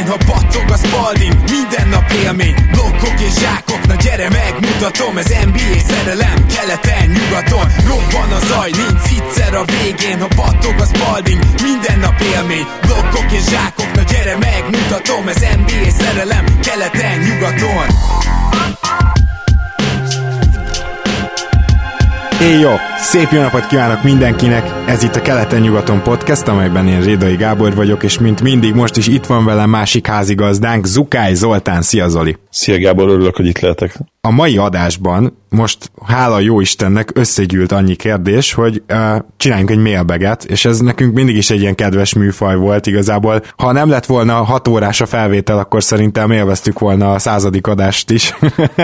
végén, ha battog a Spalding, minden nap élmény, blokkok és zsákok, na gyere megmutatom, ez NBA szerelem, keleten, nyugaton, robban a zaj, nincs egyszer a végén, ha battog a Spalding, minden nap élmény, blokkok és zsákok, na gyere megmutatom, ez NBA szerelem, keleten, nyugaton. Jó, szép jó napot kívánok mindenkinek! Ez itt a Keleten-nyugaton podcast, amelyben én Rédai Gábor vagyok, és mint mindig most is itt van velem másik házigazdánk, Zukály Zoltán. Szia Zoli! Szia Gábor, örülök, hogy itt lehetek. A mai adásban most hála jó Istennek összegyűlt annyi kérdés, hogy csináljunk egy mailbaget, és ez nekünk mindig is egy ilyen kedves műfaj volt igazából. Ha nem lett volna 6 órás a felvétel, akkor szerintem élveztük volna a 100. adást is.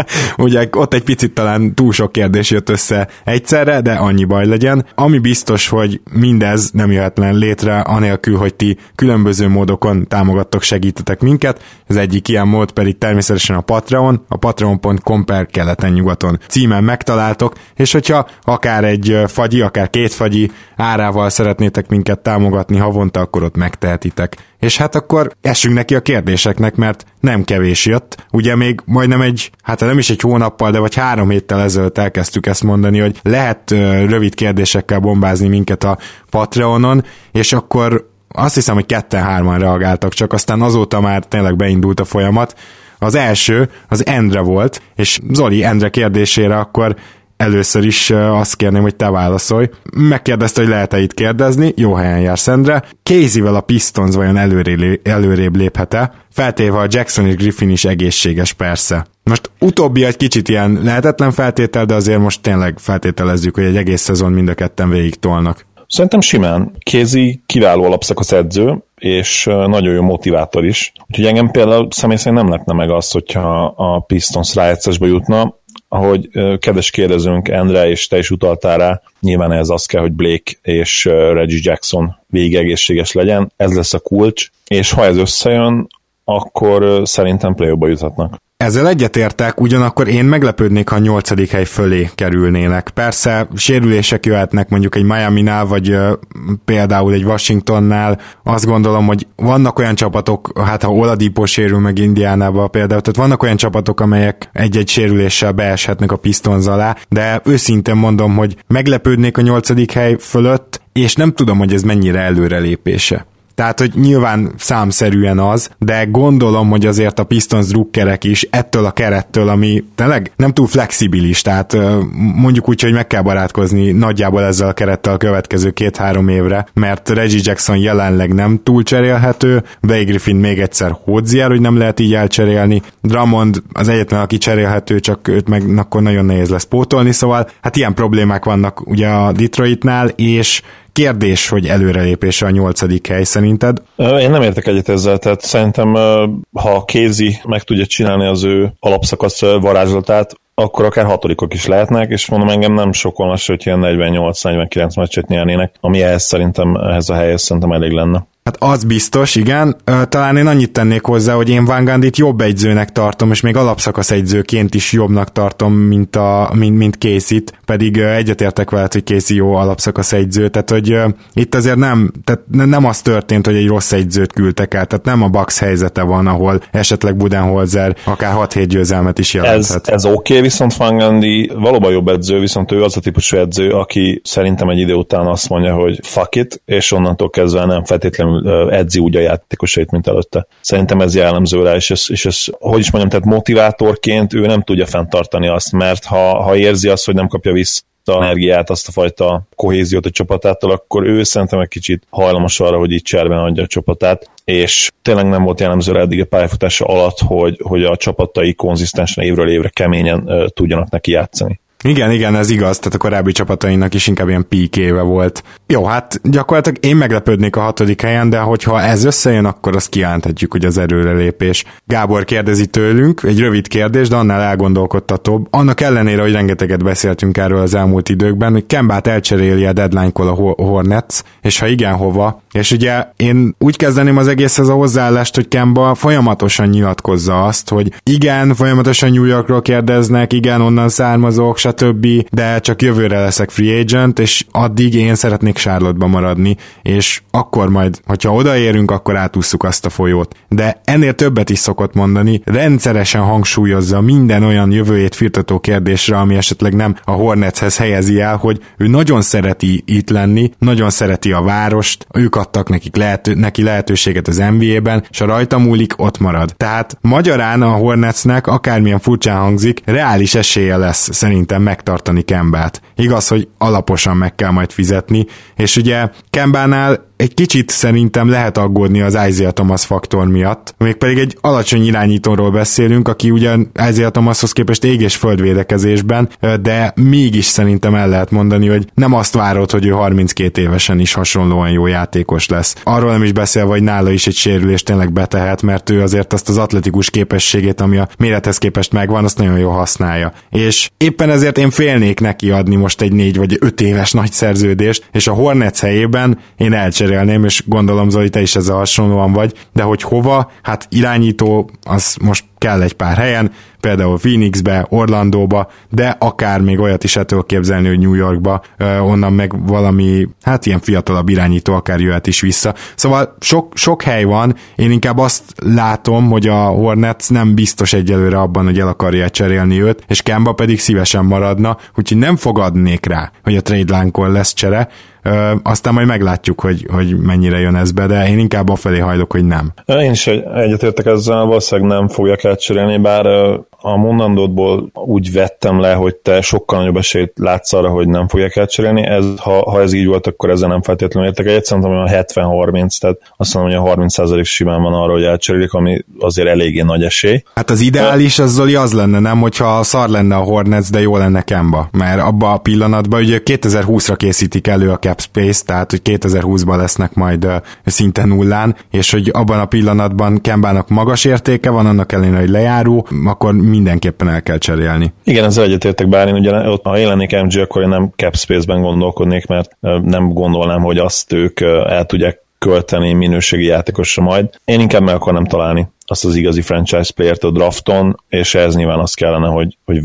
Ugye ott egy picit talán túl sok kérdés jött össze egyszerre, de annyi baj legyen. Ami biztos, hogy mindez nem jöhetlen létre, anélkül, hogy ti különböző módokon támogattok, segítetek minket. Az egyik ilyen mód pedig természetesen a Patreon, a patreon.com/keleten-nyugaton címen megtaláltok, és hogyha akár egy fagyi, akár 2 fagyi árával szeretnétek minket támogatni havonta, akkor ott megtehetitek. És hát akkor essünk neki a kérdéseknek, mert nem kevés jött. Ugye még majdnem nem is egy hónappal, de vagy 3 héttel ezelőtt elkezdtük ezt mondani, hogy lehet rövid kérdésekkel bombázni minket a Patreonon, és akkor azt hiszem, hogy 2-3-an reagáltak, csak aztán azóta már tényleg beindult a folyamat. Az első, az Endre volt, és Zoli Endre kérdésére akkor először is azt kérném, hogy te válaszolj. Megkérdezte, hogy lehet-e itt kérdezni, jó helyen jársz Endre. Caseyvel a Pistons vajon előrébb léphet-e? Feltéve a Jackson és Griffin is egészséges persze. Most utóbbi egy kicsit ilyen lehetetlen feltétel, de azért most tényleg feltételezzük, hogy egy egész szezon mind a ketten végig tolnak. Szerintem simán. Casey kiváló alapszakasz edző, és nagyon jó motivátor is. Úgyhogy engem például személy szerint nem lepne meg az, hogyha a Pistons rájegyszesbe jutna. Ahogy kedves kérdezőnk Endre, és te is utaltál rá, nyilván ez az kell, hogy Blake és Reggie Jackson végig egészséges legyen. Ez lesz a kulcs, és ha ez összejön, akkor szerintem play-offba juthatnak. Ezzel egyetértek, ugyanakkor én meglepődnék, ha a 8. hely fölé kerülnének. Persze sérülések jöhetnek mondjuk egy Miaminál, vagy például egy Washingtonnál. Azt gondolom, hogy vannak olyan csapatok, hát ha Oladipo sérül meg Indiánában például, tehát vannak olyan csapatok, amelyek egy-egy sérüléssel beeshetnek a Pistons alá, de őszintén mondom, hogy meglepődnék a 8. hely fölött, és nem tudom, hogy ez mennyire előrelépése. Tehát, hogy nyilván számszerűen az, de gondolom, hogy azért a Pistons drukkerek is ettől a kerettől, ami tényleg nem túl flexibilis, tehát mondjuk úgy, hogy meg kell barátkozni nagyjából ezzel a kerettel a következő 2-3 évre, mert Reggie Jackson jelenleg nem túl cserélhető, Blake Griffin még egyszer Hodzier, hogy nem lehet így elcserélni, Drummond az egyetlen, aki cserélhető, csak őt meg akkor nagyon nehéz lesz pótolni, szóval hát ilyen problémák vannak ugye a Detroitnál, és kérdés, hogy előrelépése a 8. hely szerinted? Én nem értek egyet ezzel, tehát szerintem ha Casey meg tudja csinálni az ő alapszakasz varázslatát, akkor akár 6-ok is lehetnek, és mondom, engem nem sokkolna se, hogy ilyen 48-49 meccset nyernének, ami ehhez a helyhez szerintem elég lenne. Hát az biztos, igen. Talán én annyit tennék hozzá, hogy én Van Gundit jobb egyzőnek tartom, és még alapszakasz egyzőként is jobbnak tartom, mint Casey-t, pedig egyetértek veled, hogy Casey jó alapszakasz egyző, tehát hogy itt azért nem az történt, hogy egy rossz egyzőt küldtek el, tehát nem a Bucks helyzete van, ahol esetleg Budenholzer akár 6-7 győzelmet is jelenthet. Ez oké, viszont Van Gundy valóban jobb edző, viszont ő az a típusú edző, aki szerintem egy idő után azt mondja, hogy fuck it, és onnantól kezdve nem feltétlenül edzi úgy a játékosait, mint előtte. Szerintem ez jellemző rá, és ez, hogy is mondjam, tehát motivátorként ő nem tudja fenntartani azt, mert ha érzi azt, hogy nem kapja vissza energiát, azt a fajta kohéziót a csapatától, akkor ő szerintem egy kicsit hajlamos arra, hogy így cserben adja a csapatát, és tényleg nem volt jellemző rá eddig a pályafutása alatt, hogy a csapatai konzisztensen évről évre keményen tudjanak neki játszani. Igen, ez igaz, tehát a korábbi csapatainak is inkább ilyen peak éve volt. Jó, hát gyakorlatilag én meglepődnék a 6. helyen, de hogyha ez összejön, akkor azt kijelenthetjük, hogy az előrelépés. Gábor kérdezi tőlünk, egy rövid kérdés, de annál elgondolkodtatóbb. Annak ellenére, hogy rengeteget beszéltünk erről az elmúlt időkben, hogy Kembát elcseréli a deadline-kor a Hornets, és ha igen, hova? És ugye én úgy kezdeném az egészhez a hozzáállást, hogy Kemba folyamatosan nyilatkozza azt, hogy igen, folyamatosan New Yorkról kérdeznek, igen, onnan származok, stb., de csak jövőre leszek free agent, és addig én szeretnék Charlotte-ba maradni, és akkor majd, hogyha odaérünk, akkor átússzuk azt a folyót. De ennél többet is szokott mondani, rendszeresen hangsúlyozza minden olyan jövőjét firtató kérdésre, ami esetleg nem a Hornetshez helyezi el, hogy ő nagyon szereti itt lenni, nagyon szereti a várost, ők adtak neki lehetőséget az NBA-ben, és ha rajta múlik, ott marad. Tehát magyarán a Hornetsnek, akármilyen furcsán hangzik, reális esélye lesz szerintem megtartani Kembát. Igaz, hogy alaposan meg kell majd fizetni, és ugye Kembánál egy kicsit szerintem lehet aggódni az Isaiah Thomas faktor miatt, mégpedig egy alacsony irányítóról beszélünk, aki ugyan Isaiah Thomashoz képest ég és földvédekezésben, de mégis szerintem el lehet mondani, hogy nem azt várod, hogy ő 32 évesen is hasonlóan jó játékos lesz. Arról nem is beszélve, hogy nála is egy sérülés tényleg betehet, mert ő azért azt az atletikus képességét, ami a mérethez képest megvan, azt nagyon jól használja. És éppen ezért én félnék neki adni most egy 4 vagy 5 éves nagy szerződést, és a Hornets helyében én elcserélném, és gondolom, Zoli, te is ezzel hasonlóan vagy, de hogy hova, hát irányító, az most kell egy pár helyen, például Phoenixbe, Orlandóba, de akár még olyat is el tudok képzelni, hogy New Yorkba, onnan meg valami, hát ilyen fiatalabb irányító akár jöhet is vissza. Szóval sok hely van, én inkább azt látom, hogy a Hornets nem biztos egyelőre abban, hogy el akarja cserélni őt, és Kemba pedig szívesen maradna, úgyhogy nem fogadnék rá, hogy a trade line-kor lesz csere, aztán majd meglátjuk, hogy mennyire jön ez be, de én inkább afelé hajlok, hogy nem. Én is egyetértek ezzel, valószínűleg nem fogják elcserélni, bár a mondandódból úgy vettem le, hogy te sokkal nagyobb esélyt látsz arra, hogy nem fogják elcserélni. Ha ez így volt, akkor ezzel nem feltétlenül értek egyet, szerintem olyan 70-30, tehát azt mondom, hogy a 30% simán van arra, hogy elcserélik, ami azért eléggé nagy esély. Hát az ideális az, Zoli, az lenne, nem, hogyha szar lenne a Hornets, de jó lenne Kemba, mert abban a pillanatban ugye 2020-ra készítik elő a cap space, tehát hogy 2020-ban lesznek majd szinte nullán, és hogy abban a pillanatban Kembának magas értéke van, annak ellenére, hogy lejáró, akkor mindenképpen el kell cserélni. Igen, ezzel egyetértek, bár én ugye ott, ha én lennék MG, akkor én nem cap space-ben gondolkodnék, mert nem gondolnám, hogy azt ők el tudják költeni minőségi játékosra majd. Én inkább meg akarnám találni azt az igazi franchise playert a drafton, és ez nyilván az kellene, hogy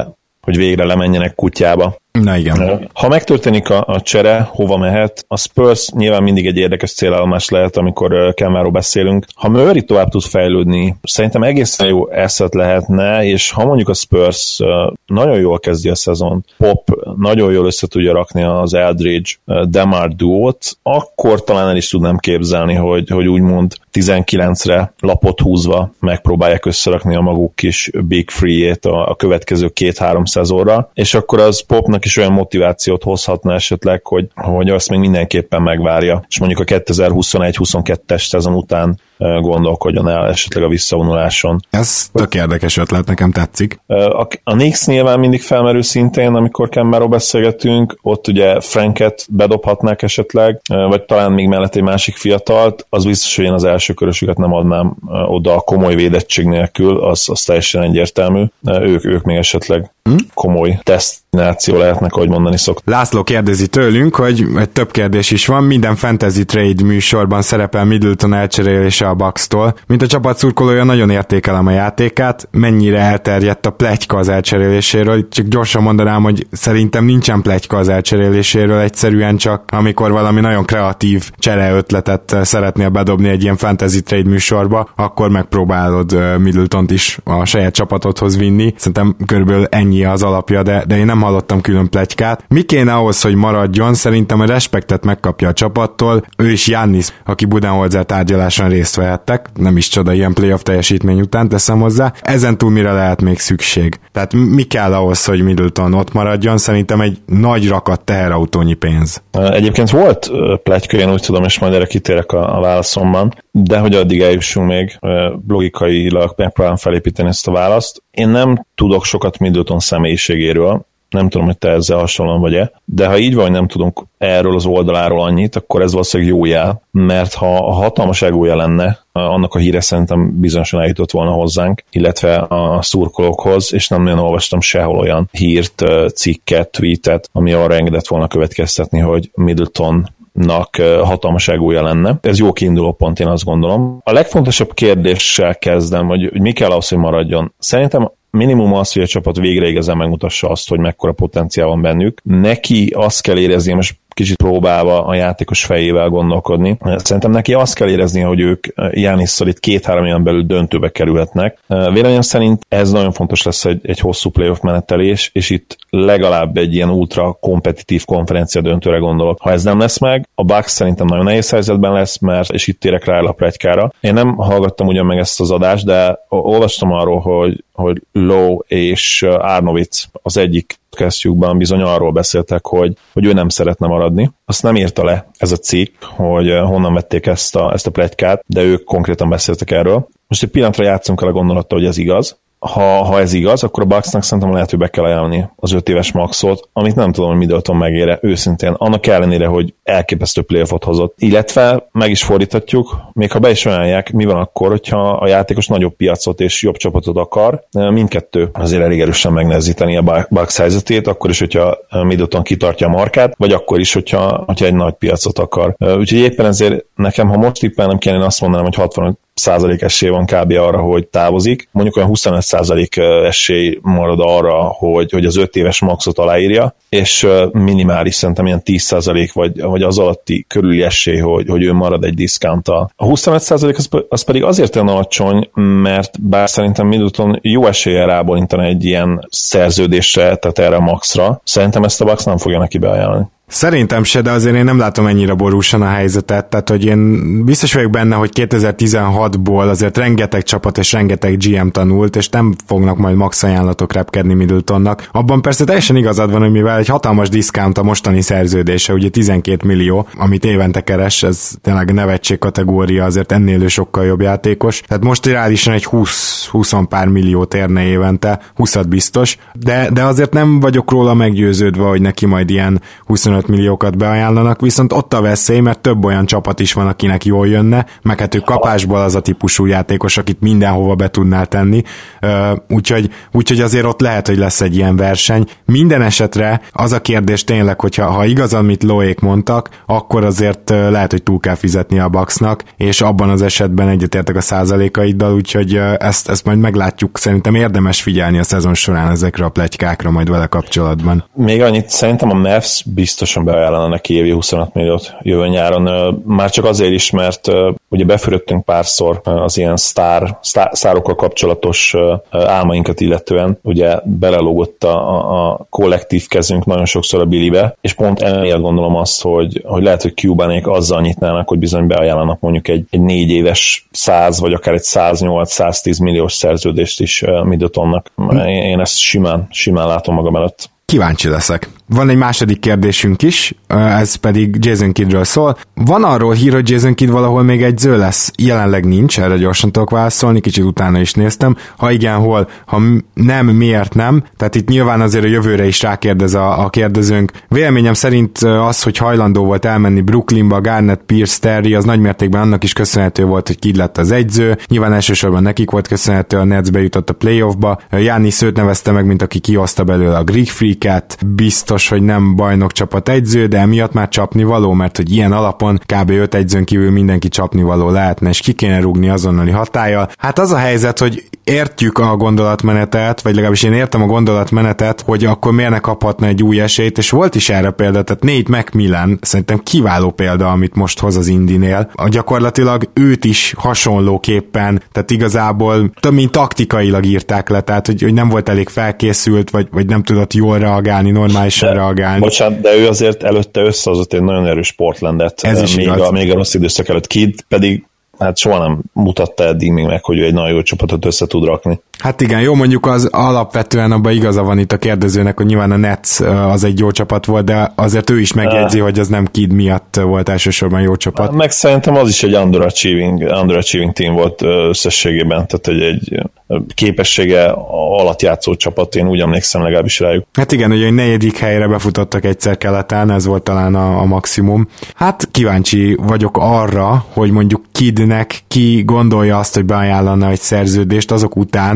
végre lemenjenek kutyába. Na igen. Ha megtörténik a csere, hova mehet? A Spurs nyilván mindig egy érdekes célállomás lehet, amikor Kemváról beszélünk. Ha Murray tovább tud fejlődni, szerintem egészen jó eszet lehetne, és ha mondjuk a Spurs nagyon jól kezdi a szezont, Pop nagyon jól össze tudja rakni az Aldridge DeMar duót, akkor talán el is tudnám képzelni, hogy úgymond 19-re lapot húzva megpróbálják összerakni a maguk kis Big Free-ét a következő 2-3 szezonra, és akkor az Popnak is olyan motivációt hozhatna esetleg, hogy azt még mindenképpen megvárja, és mondjuk a 2021-22-es szezon után gondolkodjon el esetleg a visszavonuláson. Ez tök érdekes ötlet, nekem tetszik. A Knicks nyilván mindig felmerül szintén, amikor Kembaról beszélgetünk, ott ugye Franket bedobhatnák esetleg, vagy talán még mellett egy másik fiatalt, az biztos, hogy én az első körösüket nem adnám oda a komoly védettség nélkül, az teljesen egyértelmű. Ők még esetleg komoly desztináció lehetnek, ahogy mondani szoktak. László kérdezi tőlünk, hogy több kérdés is van, minden fantasy trade műsorban szerepel Middleton elcserélése a Bucks-tól. Mint a csapat szurkolója, nagyon értékelem a játékát, mennyire elterjedt a pletyka az elcseréléséről, csak gyorsan mondanám, hogy szerintem nincsen pletyka az elcseréléséről, egyszerűen csak amikor valami nagyon kreatív csere ötletet szeretnél bedobni egy ilyen fantasy trade műsorba, akkor megpróbálod Middletont is a saját csapatodhoz vinni. Szerintem körülbelül ennyi az alapja, de én nem hallottam külön pletykát. Mi kéne ahhoz, hogy maradjon? Szerintem a respektet megkapja a csapattól. Ő is Giannis, aki Budenholzer tárgyaláson részt vehettek. Nem is csoda ilyen playoff teljesítmény után, teszem hozzá. Ezen túl mire lehet még szükség? Tehát mi kell ahhoz, hogy Middleton ott maradjon? Szerintem egy nagy rakat teherautónyi pénz. Egyébként volt pletyka, én úgy tudom, és majd erre kitérek a válaszomban, de hogy addig eljussunk még, logikailag megpróbálom felépíteni ezt a választ. Én nem tudok sokat Middleton személyiségéről, nem tudom, hogy te ezzel hasonlóan vagy-e, de ha így van, hogy nem tudunk erről az oldaláról annyit, akkor ez valószínűleg jó jel, mert ha hatalmas egója lenne, annak a híre szerintem bizonyosan eljutott volna hozzánk, illetve a szurkolókhoz, és nem nagyon olvastam sehol olyan hírt, cikket, tweetet, ami arra engedett volna következtetni, hogy Middleton LeBronnak hatalmas egója lenne. Ez jó kiinduló pont, én azt gondolom. A legfontosabb kérdéssel kezdem, hogy mi kell ahhoz, hogy maradjon. Szerintem minimum az, hogy a csapat végre igazán megmutassa azt, hogy mekkora potenciál van bennük. Neki azt kell érezni, most kicsit próbálva a játékos fejével gondolkodni. Szerintem neki azt kell érezni, hogy ők Giannisszal itt 2-3 éven belül döntőbe kerülhetnek. Véleményem szerint ez nagyon fontos lesz egy hosszú playoff menetelés, és itt legalább egy ilyen ultra kompetitív konferencia döntőre gondolok. Ha ez nem lesz meg, a Bucks szerintem nagyon nehéz helyzetben lesz, és itt térek rá a pletykára. Én nem hallgattam ugyan meg ezt az adást, de olvastam arról, hogy Lowe és Arnovitz az egyik podcastjukban bizony arról beszéltek, hogy ő nem szeretne maradni. Azt nem írta le ez a cikk, hogy honnan vették ezt a pletykát, de ők konkrétan beszéltek erről. Most egy pillanatra játszunk el a gondolattal, hogy ez igaz. Ha ez igaz, akkor a Bucksnak szerintem lehet, hogy be kell ajánlani az 5 éves maxot, amit nem tudom, hogy Middleton megére őszintén, annak ellenére, hogy elképesztő playoffot hozott. Illetve meg is fordíthatjuk, még ha be is ajánlják, mi van akkor, hogyha a játékos nagyobb piacot és jobb csapatot akar, mindkettő azért elég erősen megnehezíteni a Bucks helyzetét, akkor is, hogyha Middleton kitartja a markát, vagy akkor is, hogyha egy nagy piacot akar. Úgyhogy éppen ezért nekem, ha most tippelnem kéne, én azt mondanám, hogy 65% esély van kb. Arra, hogy távozik. Mondjuk olyan 25% esély marad arra, hogy az 5 éves maxot aláírja, és minimális szerintem ilyen 10% vagy az alatti körüli esély, hogy ő marad egy diszkánttal. A 25% az pedig azért olyan alacsony, mert bár szerintem Middleton jó eséllyel rábólintani egy ilyen szerződésre, tehát erre a maxra, szerintem ezt a Bucks nem fogja neki beajánlani. Szerintem se, de azért én nem látom ennyire borúsan a helyzetet, tehát hogy én biztos vagyok benne, hogy 2016-ból azért rengeteg csapat és rengeteg GM tanult, és nem fognak majd max ajánlatok repkedni Middletonnak. Abban persze teljesen igazad van, hogy mivel egy hatalmas diszkánt a mostani szerződése, ugye 12 millió, amit évente keres, ez tényleg nevetség kategória, azért ennél ő sokkal jobb játékos. Tehát most reálisan egy 20 pár milliót érne évente, 20 biztos, de azért nem vagyok róla meggyőződve, hogy neki majd ilyen 25 milliókat beajánlanak, viszont ott a veszély, mert több olyan csapat is van, akinek jól jönne, meg hát ő kapásból az a típusú játékos, akit mindenhova be tudnál tenni, úgyhogy azért ott lehet, hogy lesz egy ilyen verseny. Minden esetre az a kérdés tényleg, hogyha igaz, amit Loék mondtak, akkor azért lehet, hogy túl kell fizetni a Bucksnak, és abban az esetben egyetértek a százalékaiddal, úgyhogy ezt majd meglátjuk. Szerintem érdemes figyelni a szezon során ezekre a pletykákra majd vele kapcsolatban. Még annyit, szerintem a Mavs biztosan beajánlana neki évi 25 milliót jövő nyáron. Már csak azért is, mert ugye befürödtünk párszor az ilyen sztárokkal kapcsolatos álmainkat illetően, ugye belelógott a kollektív kezünk nagyon sokszor a Billybe, és pont emiatt gondolom azt, hogy lehet, hogy Cubanék azzal nyitnának, hogy bizony beajánlanak mondjuk egy 4 éves 100 vagy akár egy 108-110 milliós szerződést is Middletonnak. Én ezt simán látom magam előtt. Kíváncsi leszek. Van egy második kérdésünk is, ez pedig Jason Kiddről szól. Van arról hír, hogy Jason Kidd valahol még egyző lesz? Jelenleg nincs, erre gyorsan tudok válaszolni, kicsit utána is néztem. Ha igen, hol? Ha nem, miért nem? Tehát itt nyilván azért a jövőre is rákérdez a kérdezőnk. Véleményem szerint az, hogy hajlandó volt elmenni Brooklynba, Garnett, Pierce, Terry, az nagymértékben annak is köszönhető volt, hogy Kidd lett az egyző. Nyilván elsősorban nekik volt köszönhető, a Nets bejutott a playoffba. Giannis őt nevezte meg, mint aki kihozta belőle a Greek Freak-et. Biztos, hogy nem bajnokcsapat egyző, de emiatt már csapnivaló, mert hogy ilyen alapon kb. 5 egyzőn kívül mindenki csapnivaló lehetne, és ki kéne rúgni azonnali hatállyal. Hát az a helyzet, hogy értjük a gondolatmenetet, vagy legalábbis én értem a gondolatmenetet, hogy akkor miért ne kaphatna egy új esélyt, és volt is erre példa, tehát Nate McMillan szerintem kiváló példa, amit most hoz az Indinél. Gyakorlatilag őt is hasonlóképpen, tehát igazából több mint taktikailag írták le, tehát hogy nem volt elég felkészült, vagy nem tudott jól reagálni, normálisan reagálni. Bocsánat, de ő azért előtte összehozott egy nagyon erős Portlandet, még a rossz időszak előtt. Kidd pedig hát soha nem mutatta eddig még meg, hogy ő egy nagyon jó csapatot össze tud rakni. Hát igen, jó, mondjuk az alapvetően abban igaza van itt a kérdezőnek, hogy nyilván a Nets az egy jó csapat volt, de azért ő is megjegyzi, hogy az nem Kidd miatt volt elsősorban jó csapat. Meg szerintem az is egy underachieving team volt összességében, tehát egy képessége alatt játszó csapat, én úgy emlékszem legalábbis rájuk. Hát igen, ugye egy 4. helyre befutottak egyszer keleten, ez volt talán a maximum. Hát kíváncsi vagyok arra, hogy mondjuk Kiddnek ki gondolja azt, hogy beajánlana egy szerződést azok után,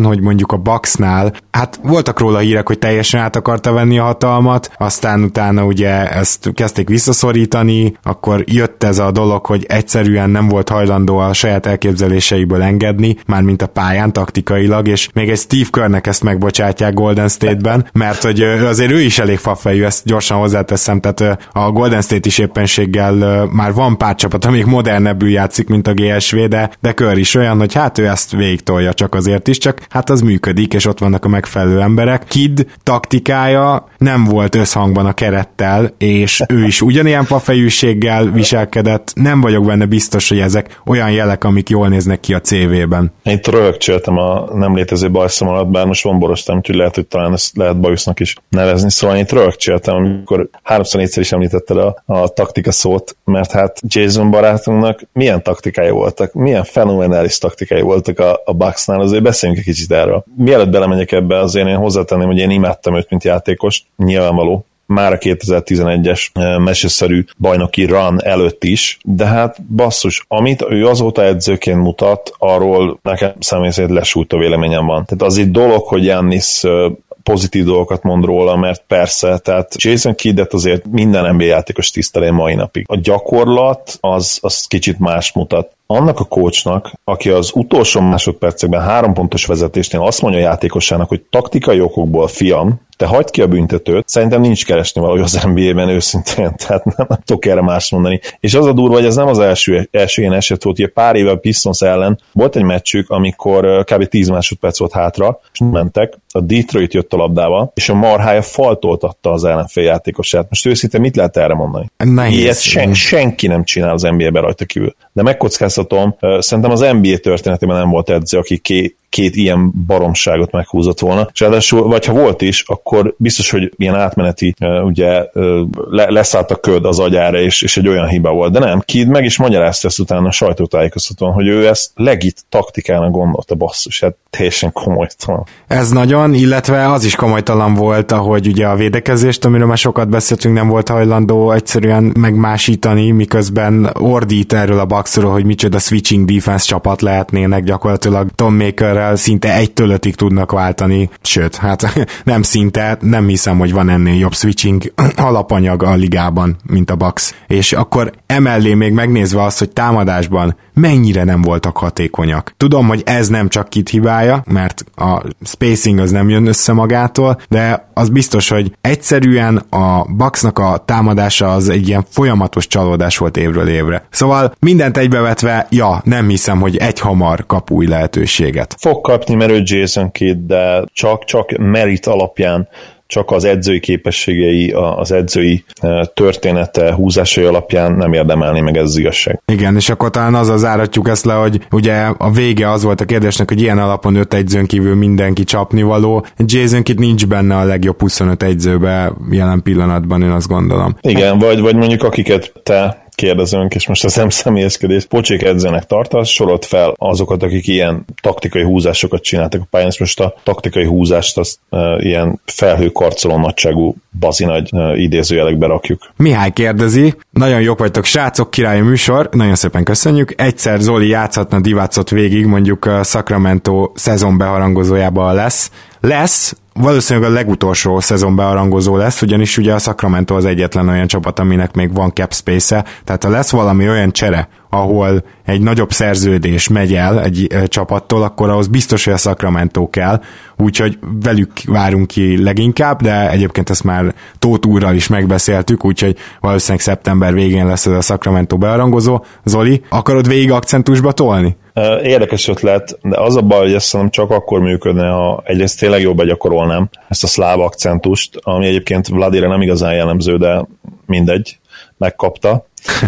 hogy mondjuk a Bucksnál, hát voltak róla hírek, hogy teljesen át akarta venni a hatalmat, aztán utána ugye ezt kezdték visszaszorítani, akkor jött ez a dolog, hogy egyszerűen nem volt hajlandó a saját elképzeléseiből engedni, mármint a pályán taktikailag, és még egy Steve Kerrnek ezt megbocsátják Golden State-ben, mert hogy azért ő is elég fafejű, ezt gyorsan hozzáteszem, tehát a Golden State is éppenséggel már van pár csapat, amik modernebbül játszik, mint a GSV, de Kerr is olyan, hogy hát ő ezt végigtolja csak azért is, csak hát az működik, és ott vannak a megfelelő emberek. Kidd taktikája nem volt összhangban a kerettel, és ő is ugyanilyen fafejűséggel viselkedett, nem vagyok benne biztos, hogy ezek olyan jelek, amik jól néznek ki a CV-ben. Itt röhögcsöltem a nem létező bajszom alatt, bár most van borostam, úgyhogy lehet, hogy talán ezt lehet bajusznak is nevezni, szóval itt röhögcsöltem, amikor 3-4-szer is említetted a taktika szót, mert hát Jason barátunknak milyen taktikai voltak, milyen fenomenális taktikai voltak a Bucksnál, azért beszéljünk egy kicsit erről. Mielőtt belemegyek ebbe, azért én hozzátenném, hogy én imádtam őt, mint játékost, nyilvánvaló, már a 2011-es meseszerű bajnoki run előtt is, de hát basszus, amit ő azóta edzőként mutat, arról nekem személy szerint lesújtó véleményem van. Tehát az egy dolog, hogy Giannis pozitív dolgokat mond róla, mert persze, tehát Jason Kiddet azért minden NBA játékos tisztelé mai napig. A gyakorlat az kicsit más mutat. Annak a coachnak, aki az utolsó másodpercekben 3 pontos vezetésnél azt mondja a játékosának, hogy taktikai okokból, fiam, te hagyd ki a büntetőt, szerintem nincs keresni valahogy az NBA-ben őszintén, tehát nem tudok erre más mondani. És az a durva, hogy ez nem az első ilyen eset volt, ugye pár éve a Pistons ellen volt egy meccsük, amikor kb. 10 másodperc volt hátra, és mentek, a Detroit jött a labdával, és a marhája faltoltatta az ellenfél játékosát. Most őszintén mit lehet erre mondani? Ilyet senki nem csinál az NBA-ben rajta kívül. De megkockáztatom, szerintem az NBA történetében nem volt edző, aki két ilyen baromságot meghúzott volna. És ráadásul, vagy ha volt is, akkor biztos, hogy ilyen átmeneti ugye leszállt a köd az agyára, és egy olyan hiba volt. De nem, Kidd meg is magyarázta ezt utána a sajtótájékoztatón, hogy ő ezt legit taktikának gondolta, basszus, hát teljesen komolytalan. Ez nagyon, illetve az is komolytalan volt, ahogy ugye a védekezést, amiről már sokat beszéltünk, nem volt hajlandó egyszerűen megmásítani, miközben ordít erről a Bucksról, hogy micsoda switching defense csapat lehetnének, gyakorlatilag Tom Makerrel szinte 1-5-ig tudnak váltani, sőt, hát nem szinte, nem hiszem, hogy van ennél jobb switching alapanyag a ligában, mint a Bucks. És akkor emellé még megnézve azt, hogy támadásban mennyire nem voltak hatékonyak. Tudom, hogy ez nem csak Kidd hibája, mert a spacing az nem jön össze magától, de az biztos, hogy egyszerűen a Bucksnak a támadása az egy ilyen folyamatos csalódás volt évről évre. Szóval mindent egybevetve, nem hiszem, hogy egy hamar kap új lehetőséget. Fog kapni, mert ő Jason Kidd, de csak merit alapján, csak az edzői képességei, az edzői története, húzásai alapján nem érdemelni meg, ez az igazság. Igen, és akkor talán azzal záratjuk ezt le, hogy ugye a vége az volt a kérdésnek, hogy ilyen alapon 5 edzőn kívül mindenki csapnivaló. Jason Kidd nincs benne a legjobb 25 edzőbe jelen pillanatban, én azt gondolom. Igen, vagy mondjuk akiket te kérdezünk, és most ez nem személyeskedés, pocsék edzőnek tartasz, sorolt fel azokat, akik ilyen taktikai húzásokat csináltak a pályán, és most a taktikai húzást azt ilyen felhőkarcoló nagyságú bazinagy idézőjelekbe rakjuk. Mihály kérdezi, nagyon jók vagytok, srácok, királyi műsor, nagyon szépen köszönjük. Egyszer Zoli játszhatna Divacot végig, mondjuk a Sacramento szezon beharangozójában lesz, valószínűleg a legutolsó szezon bearangozó lesz, ugyanis ugye a Sacramento az egyetlen olyan csapat, aminek még van cap space-e, tehát ha lesz valami olyan csere, ahol egy nagyobb szerződés megy el egy csapattól, akkor ahhoz biztos, hogy a Sacramento kell, úgyhogy velük várunk ki leginkább, de egyébként ezt már Tóth úrral is megbeszéltük, úgyhogy valószínűleg szeptember végén lesz ez a Sacramento bearangozó. Zoli, akarod végig akcentusba tolni? Érdekes ötlet, de az a baj, hogy ezt szerintem csak akkor működne, ha egyrészt tényleg jobban gyakorolnám ezt a szláv akcentust, ami egyébként Vladire nem igazán jellemző, de mindegy, megkapta.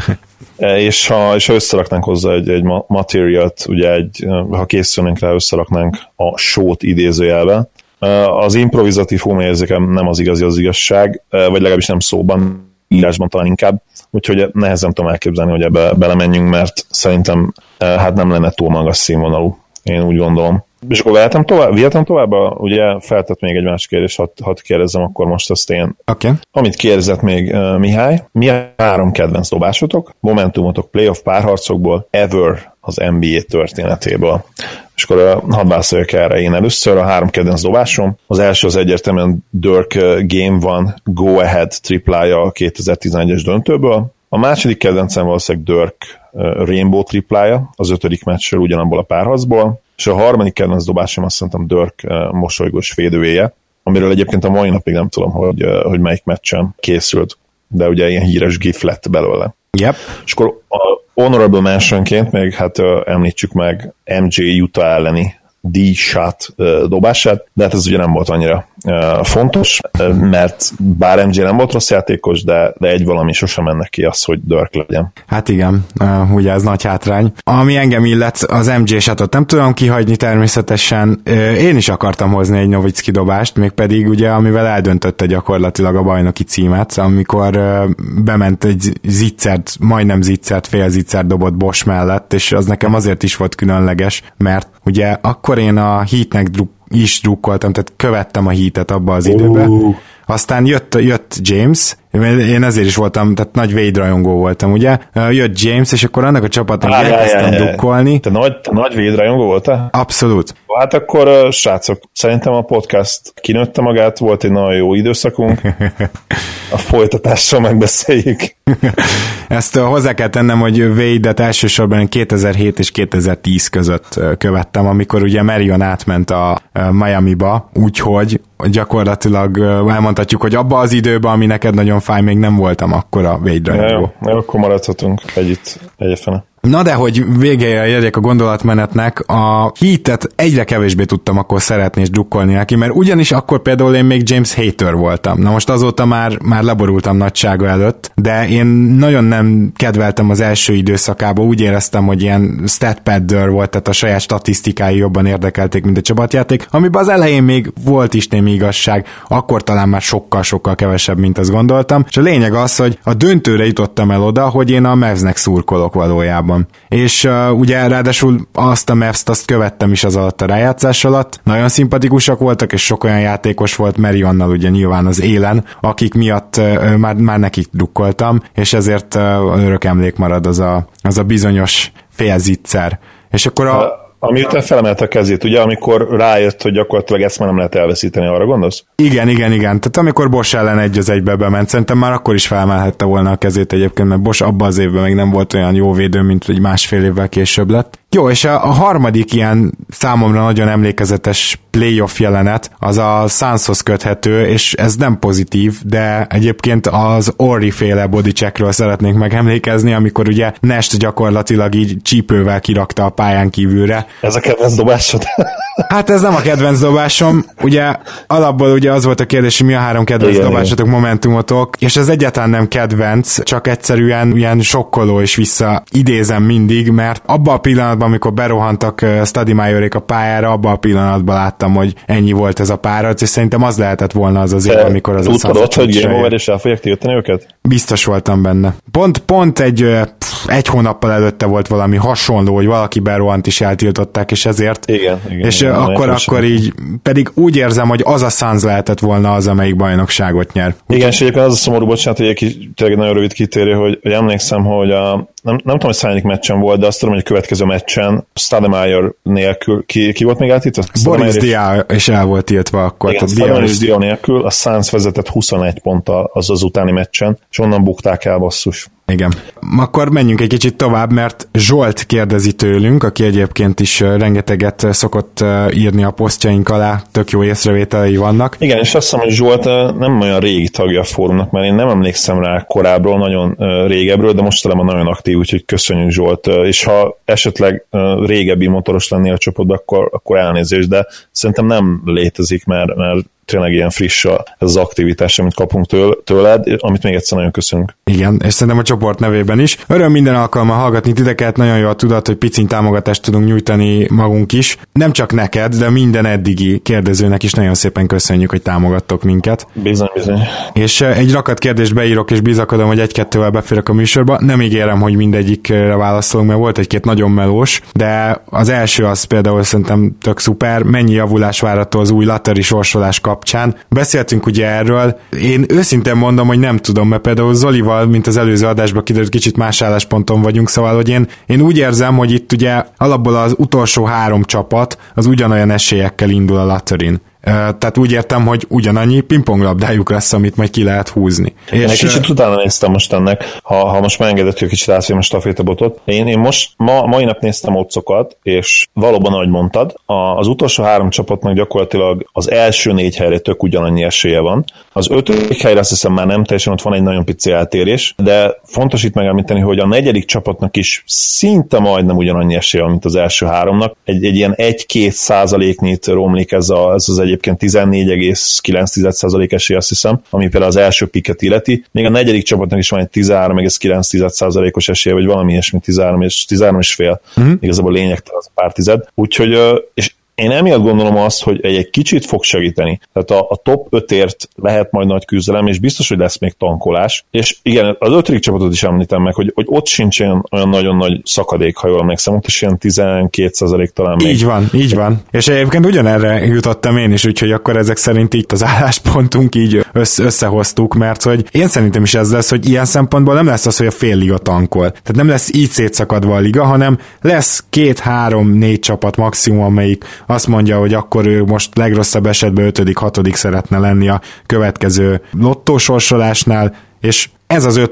és ha összeraknánk hozzá egy materialt, ugye ha készülnénk rá, összeraknánk a sót idézőjelbe. Az improvizatív humorérzékem nem az igazi az igazság, vagy legalábbis nem szóban, írásban talán inkább, úgyhogy nehezen tudom elképzelni, hogy ebbe belemenjünk, mert szerintem hát nem lenne túl magas színvonalú, én úgy gondolom. És akkor vihetem tovább? Ugye feltett még egy másik kérdés, hadd kérdezzem akkor most azt én. Okay. Amit kérdezett még Mihály, mi a 3 kedvenc dobásotok, momentumotok playoff párharcokból, ever az NBA történetéből. és akkor hadd válaszoljak erre én először. A 3 kedvenc dobásom. Az első az egyértelműen Dirk Game One Go-Ahead triplája a 2011-es döntőből. A második kedvencem valószínűleg Dirk Rainbow triplája az 5. meccsről ugyanabból a párharcból, és a harmadik kedvenc dobásom azt szerintem Dirk mosolygós fédőjéje, amiről egyébként a mai napig nem tudom, hogy melyik meccsen készült, de ugye ilyen híres gif lett belőle. Yep. És akkor a honorable mentionként még említsük meg MJ Utah elleni D-shot dobását, de hát ez ugye nem volt annyira fontos, mert bár MJ nem volt rossz játékos, de egy valami sosem mennek ki az, hogy Dirk legyen. Hát igen, ugye ez nagy hátrány. Ami engem illet, az MJ shotot nem tudom kihagyni természetesen. Én is akartam hozni egy Nowitzki dobást, mégpedig ugye, amivel eldöntötte gyakorlatilag a bajnoki címet, amikor bement egy zicsert, majdnem zicsert, fél zicsert dobott Bosch mellett, és az nekem azért is volt különleges, mert ugye akkor én a Heatnek is drukkoltam, tehát követtem a Heatet abba az időbe. Aztán jött James, én ezért is voltam, tehát nagy Wade rajongó voltam, ugye? Jött James, és akkor annak a csapatnak elkezdtem drukkolni. Te nagy Wade rajongó voltál? Abszolút. Hát akkor, srácok, szerintem a podcast kinőtte magát, volt egy nagyon jó időszakunk. A folytatással megbeszéljük. Ezt hozzá kell tennem, hogy Wade-et elsősorban 2007 és 2010 között követtem, amikor ugye Marion átment a Miami-ba, úgyhogy gyakorlatilag elmondhatjuk, hogy abba az időben, ami neked nagyon fáj, még nem voltam akkora Wade rajongó. Jó, akkor maradhatunk egyfene. Na de, hogy végére érjek a gondolatmenetnek, a Heatet egyre kevésbé tudtam akkor szeretni és drukkolni neki, mert ugyanis akkor például én még James hater voltam. Na most azóta már leborultam nagysága előtt, de én nagyon nem kedveltem az első időszakában, úgy éreztem, hogy ilyen statpadder volt, tehát a saját statisztikái jobban érdekelték, mint a csapatjáték, amiben az elején még volt is némi igazság, akkor talán már sokkal-sokkal kevesebb, mint azt gondoltam, és a lényeg az, hogy a döntőre jutottam el oda, hogy én a Mavsnek szurkolok valójában. És ugye ráadásul azt a Mavs-t azt követtem is az alatt a rájátszás alatt. Nagyon szimpatikusak voltak, és sok olyan játékos volt, Marionnal ugye nyilván az élen, akik miatt már nekik drukkoltam, és örök emlék marad az a bizonyos félzicser. És akkor Amiután felemelte a kezét, ugye, amikor rájött, hogy gyakorlatilag ezt már nem lehet elveszíteni, arra gondolsz? Igen. Tehát amikor Bosch ellen 1-1 bement, szerintem már akkor is felemelhette volna a kezét egyébként, mert Bosch abban az évben még nem volt olyan jó védő, mint egy másfél évvel később lett. Jó, és a harmadik ilyen számomra nagyon emlékezetes playoff jelenet, az a Sunshoz köthető, és ez nem pozitív, de egyébként az Orri-féle bodycheckről szeretnék megemlékezni, amikor ugye Nest gyakorlatilag így csípővel kirakta a pályán kívülre. Ez a kedvenc dobásod? Hát ez nem a kedvenc dobásom, ugye alapból ugye az volt a kérdés, hogy mi a 3 kedvenc dobásotok, momentumotok, és ez egyáltalán nem kedvenc, csak egyszerűen ilyen sokkoló, és idézem mindig, mert abban a pillanatban, amikor berohantak Stoudemire-ék a pályára, abban a pillanatban láttam, hogy ennyi volt ez a párharc, és szerintem az lehetett volna az év, amikor az tudtad ott, hogy game over, és el fogják tiltani őket? Biztos voltam benne. Pont egy hónappal előtte volt valami hasonló, hogy valaki berohant is eltiltották, és ezért. Igen, és akkor így, pedig úgy érzem, hogy az a Suns lehetett volna az, amelyik bajnokságot nyer. Igen, és egyébként az a szomorú, bocsánat, hogy tényleg nagyon rövid kitérő, hogy emlékszem, hogy nem tudom, hogy szányadik meccsen volt, de azt tudom, hogy a következő meccsen Stoudemire nélkül, ki volt még átítva? Boris Diaw, és el volt tiltva akkor. Igen, Stoudemire Diaw nélkül a Suns vezetett 21 ponttal az utáni meccsen, és onnan bukták el, basszus. Igen. Akkor menjünk egy kicsit tovább, mert Zsolt kérdezi tőlünk, aki egyébként is rengeteget szokott írni a posztjaink alá, tök jó észrevételei vannak. Igen, és azt hiszem, hogy Zsolt nem olyan régi tagja a fórumnak, mert én nem emlékszem rá korábbról, nagyon régebről, de mostanában nagyon aktív, úgyhogy köszönjük Zsolt, és ha esetleg régebbi motoros lennél a csoportban, akkor elnézést, de szerintem nem létezik, mert tényleg ilyen friss ez az aktivitás, amit kapunk tőled, amit még egyszer nagyon köszönünk. Igen, és szerintem a csoport nevében is. Öröm minden alkalommal hallgatni titeket, nagyon jól tudod, hogy piciny támogatást tudunk nyújtani magunk is. Nem csak neked, de minden eddigi kérdezőnek is nagyon szépen köszönjük, hogy támogattok minket. Bizony. És egy rakat kérdést beírok, és bizakodom, hogy 1-2-vel beférek a műsorba. Nem ígérem, hogy mindegyikre válaszolunk, mert volt 1-2 nagyon melós, de az első az például szerintem tök szuper. Mennyi javulás várható az új lateri sorsolás kapcsán kapcsán. Beszéltünk ugye erről, én őszintén mondom, hogy nem tudom, mert például Zolival, mint az előző adásban kiderült, kicsit más állásponton vagyunk, szóval, hogy én úgy érzem, hogy itt ugye alapból az utolsó 3 csapat az ugyanolyan esélyekkel indul a lotterin. Tehát úgy értem, hogy ugyanannyi pingponglabdájuk lesz, amit majd ki lehet húzni. Én egy kicsit utána néztem most ennek, ha most megengedett, hogy kicsit átszém a stafétabotot. Én most mai nap néztem oddszokat, és valóban, ahogy mondtad, az utolsó 3 csapatnak gyakorlatilag az első 4 helyre tök ugyanannyi esélye van. Az 5. helyre azt hiszem már nem teljesen, ott van egy nagyon pici eltérés, de fontos itt megemlíteni, hogy a 4. csapatnak is szinte majdnem ugyanannyi esélye van, mint az első 3-nak. Egy ilyen 1-2%-nyit romlik ez az egyébként 14,9% esély, azt hiszem, ami például az első picket illeti. Még a 4. csapatnak is van egy 13,9%-os esélye, vagy valami ilyesmi, 13,5. Igazából lényegtelen az a pár tized. Úgyhogy, és én emiatt gondolom azt, hogy egy kicsit fog segíteni. Tehát a top 5-ért lehet majd nagy küzdelem, és biztos, hogy lesz még tankolás. És igen, az 5. csapatot is említem meg, hogy ott sincs olyan nagyon nagy szakadék, ha jól emlékszem, ott is ilyen 12% talán még. Így van. És egyébként ugyanerre jutottam én is, úgyhogy akkor ezek szerint itt az álláspontunk így összehoztuk, mert hogy én szerintem is ez lesz, hogy ilyen szempontból nem lesz az, hogy a fél liga tankol. Tehát nem lesz így szétszakadva a liga, hanem lesz 2-3-4 csapat maximum, amelyik azt mondja, hogy akkor ő most legrosszabb esetben 5.-6. szeretne lenni a következő lottósorsolásnál, és ez az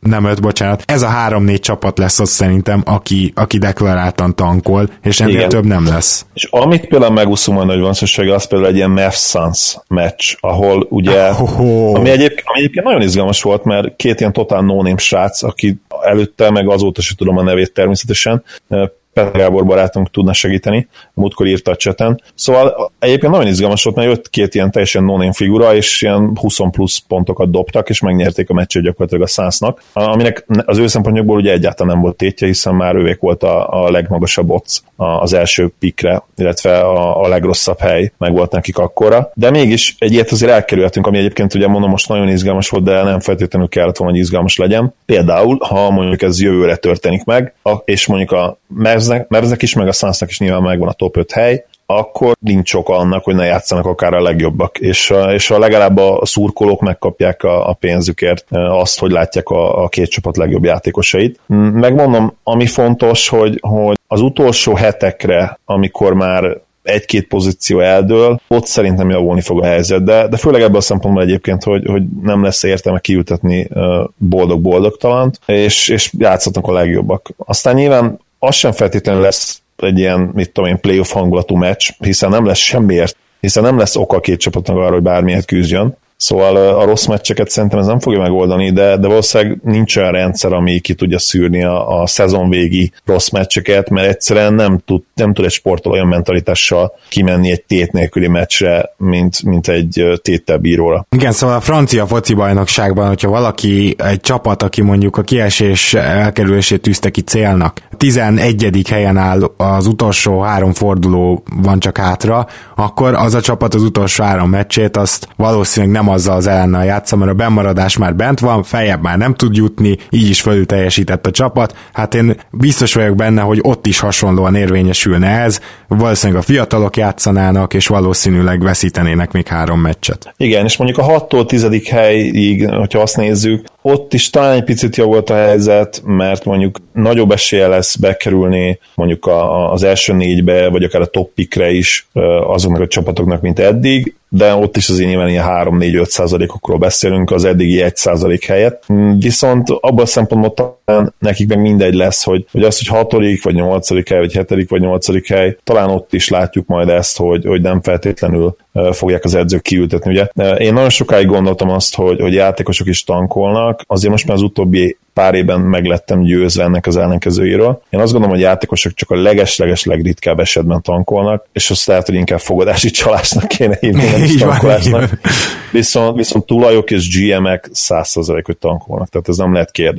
5, ez a 3-4 csapat lesz az szerintem, aki deklaráltan tankol, és ennél igen, több nem lesz. És amit például megúszom majd nagy vonzósága, az például egy ilyen Mavs-Suns meccs, ahol ugye, ami egyébként nagyon izgalmas volt, mert 2 ilyen totál no-name srác, aki előtte, meg azóta se tudom a nevét természetesen, Peter Gábor barátunk tudna segíteni, múltkor írta a chaten. Szóval egyébként nagyon izgalmas volt, mert jött 2 ilyen teljesen no-name figura, és ilyen 20 plusz pontokat dobtak, és megnyerték a meccset gyakorlatilag a Sunsnak, aminek az ő szempontjából ugye egyáltalán nem volt tétje, hiszen már ővék volt a legmagasabb odds az első pickre, illetve a legrosszabb hely meg volt nekik akkora. De mégis egy ilyet azért elkerülhetünk, ami egyébként ugye mondom most nagyon izgalmas volt, de nem feltétlenül kellett volna, hogy izgalmas legyen. Például, ha mondjuk ez jövőre történik meg, és mondjuk a Mavsnek is, meg a Sunsnak is nyilván megvan a top 5 hely, akkor nincs oka annak, hogy ne játszanak akár a legjobbak, és legalább a szurkolók megkapják a pénzükért azt, hogy látják a 2 csapat legjobb játékosait. Megmondom, ami fontos, hogy az utolsó hetekre, amikor már 1-2 pozíció eldől, ott szerintem javulni fog a helyzet, de főleg ebből a szempontból egyébként, hogy nem lesz értelme kiültetni boldog-boldogtalant, és játszhatnak a legjobbak. Aztán nyilván az sem feltétlenül lesz egy ilyen, playoff hangulatú meccs, hiszen nem lesz semmiért, hiszen nem lesz oka a 2 csapatnak arra, hogy bármilyet küzdjön. Szóval a rossz meccseket szerintem ez nem fogja megoldani, de valószínűleg nincs olyan rendszer, ami ki tudja szűrni a szezon végi rossz meccseket, mert egyszerűen nem tud egy sportoló olyan mentalitással kimenni egy tét nélküli meccsre, mint egy téttel bíróra. Igen, szóval a francia foci bajnokságban, hogyha valaki, egy csapat, aki mondjuk a kiesés elkerülését tűzte ki célnak, 11. helyen áll, az utolsó 3 forduló van csak hátra, akkor az a csapat az utolsó 3 meccsét azt valószínűleg nem azzal az ellennel játsza, mert a bennmaradás már bent van, feljebb már nem tud jutni, így is fölül teljesített a csapat. Hát én biztos vagyok benne, hogy ott is hasonlóan érvényesülne ez, valószínűleg a fiatalok játszanának, és valószínűleg veszítenének még 3 meccset. Igen, és mondjuk a 6-tól 10. helyig, hogyha azt nézzük, ott is talán egy picit javult a helyzet, mert mondjuk nagyobb esélye lesz bekerülni mondjuk az első 4-be, vagy akár a top pickre is azoknak a csapatoknak, mint eddig, de ott is azért nyilván ilyen 3-4-5%-okról beszélünk az eddigi 1% helyett. Viszont abban a szempontból talán nekik meg mindegy lesz, hogy az, hogy 6. vagy 8. hely, vagy 7. vagy 8. hely, talán ott is látjuk majd ezt, hogy nem feltétlenül fogják az edzők kiültetni. Ugye? Én nagyon sokáig gondoltam azt, hogy játékosok is tankolnak, azért most már az utóbbi pár évben meglettem győzve ennek az ellenkezőjéről. Én azt gondolom, hogy játékosok csak a leges legritkább esetben tankolnak, és azt lehet, hogy inkább fogadási csalásnak kéne hívni, nem is tankolásnak. Viszont tulajok és GM-ek 100%, hogy tankolnak, tehát ez nem lehet kérdés.